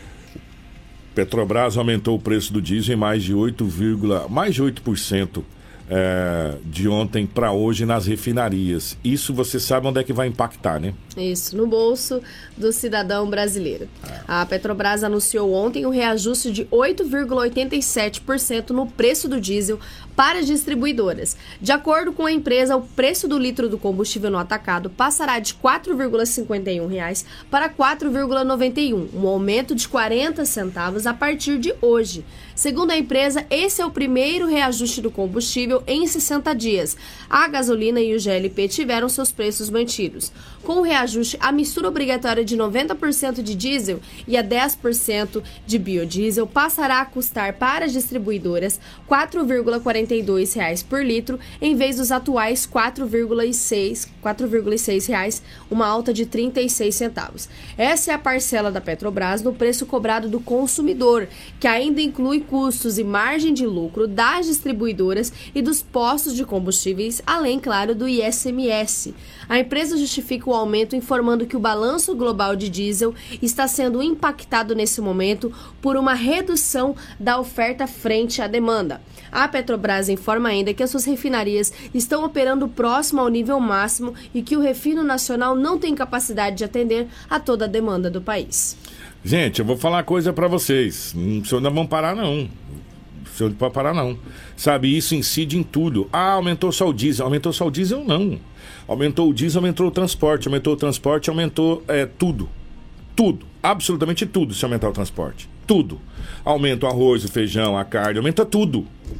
Petrobras aumentou o preço do diesel em mais de oito, mais de oito por cento é, de ontem para hoje nas refinarias. Isso você sabe onde é que vai impactar, né? Isso, no bolso do cidadão brasileiro. A Petrobras anunciou ontem um reajuste de oito vírgula oitenta e sete por cento no preço do diesel para as distribuidoras. De acordo com a empresa, o preço do litro do combustível no atacado passará de quatro vírgula cinquenta e um reais para quatro vírgula noventa e um, um aumento de quarenta centavos a partir de hoje. Segundo a empresa, esse é o primeiro reajuste do combustível em sessenta dias. A gasolina e o G L P tiveram seus preços mantidos. Com o reajuste, a mistura obrigatória de noventa por cento de diesel e a dez por cento de biodiesel passará a custar para as distribuidoras quatro vírgula quarenta e dois reais por litro, em vez dos atuais quatro vírgula seis reais, uma alta de trinta e seis centavos. Essa é a parcela da Petrobras no preço cobrado do consumidor, que ainda inclui custos e margem de lucro das distribuidoras e dos postos de combustíveis, além, claro, do I C M S. A empresa justifica o aumento informando que o balanço global de diesel está sendo impactado nesse momento por uma redução da oferta frente à demanda. A Petrobras informa ainda que as suas refinarias estão operando próximo ao nível máximo e que o refino nacional não tem capacidade de atender a toda a demanda do país. Gente, eu vou falar uma coisa pra vocês. Não senhor não vão parar, não. O senhor não pode parar, não. Sabe, isso incide em tudo. Ah, aumentou só o diesel. Aumentou só o diesel, não. Aumentou o diesel, aumentou o transporte. Aumentou o transporte, aumentou é, tudo. Tudo. Absolutamente tudo se aumentar o transporte. Tudo. Aumenta o arroz, o feijão, a carne, aumenta tudo.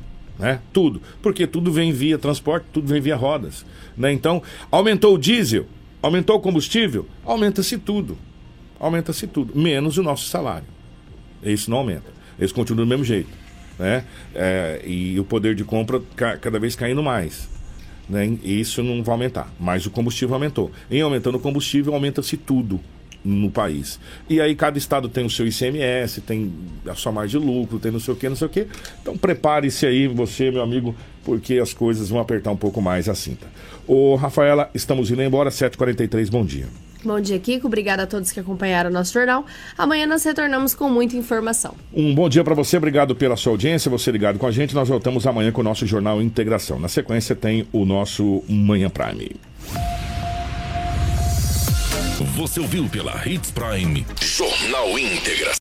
Né? Tudo. Porque tudo vem via transporte, tudo vem via rodas. Né? Então, aumentou o diesel, aumentou o combustível, aumenta-se tudo. Aumenta-se tudo, menos o nosso salário. Isso não aumenta. Eles continuam do mesmo jeito. Né? É, e o poder de compra ca- cada vez caindo mais. Né? E isso não vai aumentar. Mas o combustível aumentou. Em aumentando o combustível, aumenta-se tudo no país. E aí cada estado tem o seu I C M S, tem a sua margem de lucro, tem não sei o que, não sei o que. Então prepare-se aí, você, meu amigo, porque as coisas vão apertar um pouco mais a cinta. Ô, Rafaela, estamos indo embora, sete e quarenta e três, bom dia. Bom dia, Kiko. Obrigada a todos que acompanharam o nosso jornal. Amanhã nós retornamos com muita informação. Um bom dia para você, obrigado pela sua audiência, você ligado com a gente. Nós voltamos amanhã com o nosso Jornal Integração. Na sequência tem o nosso Manhã Prime. Você ouviu pela Hits Prime Jornal Integração.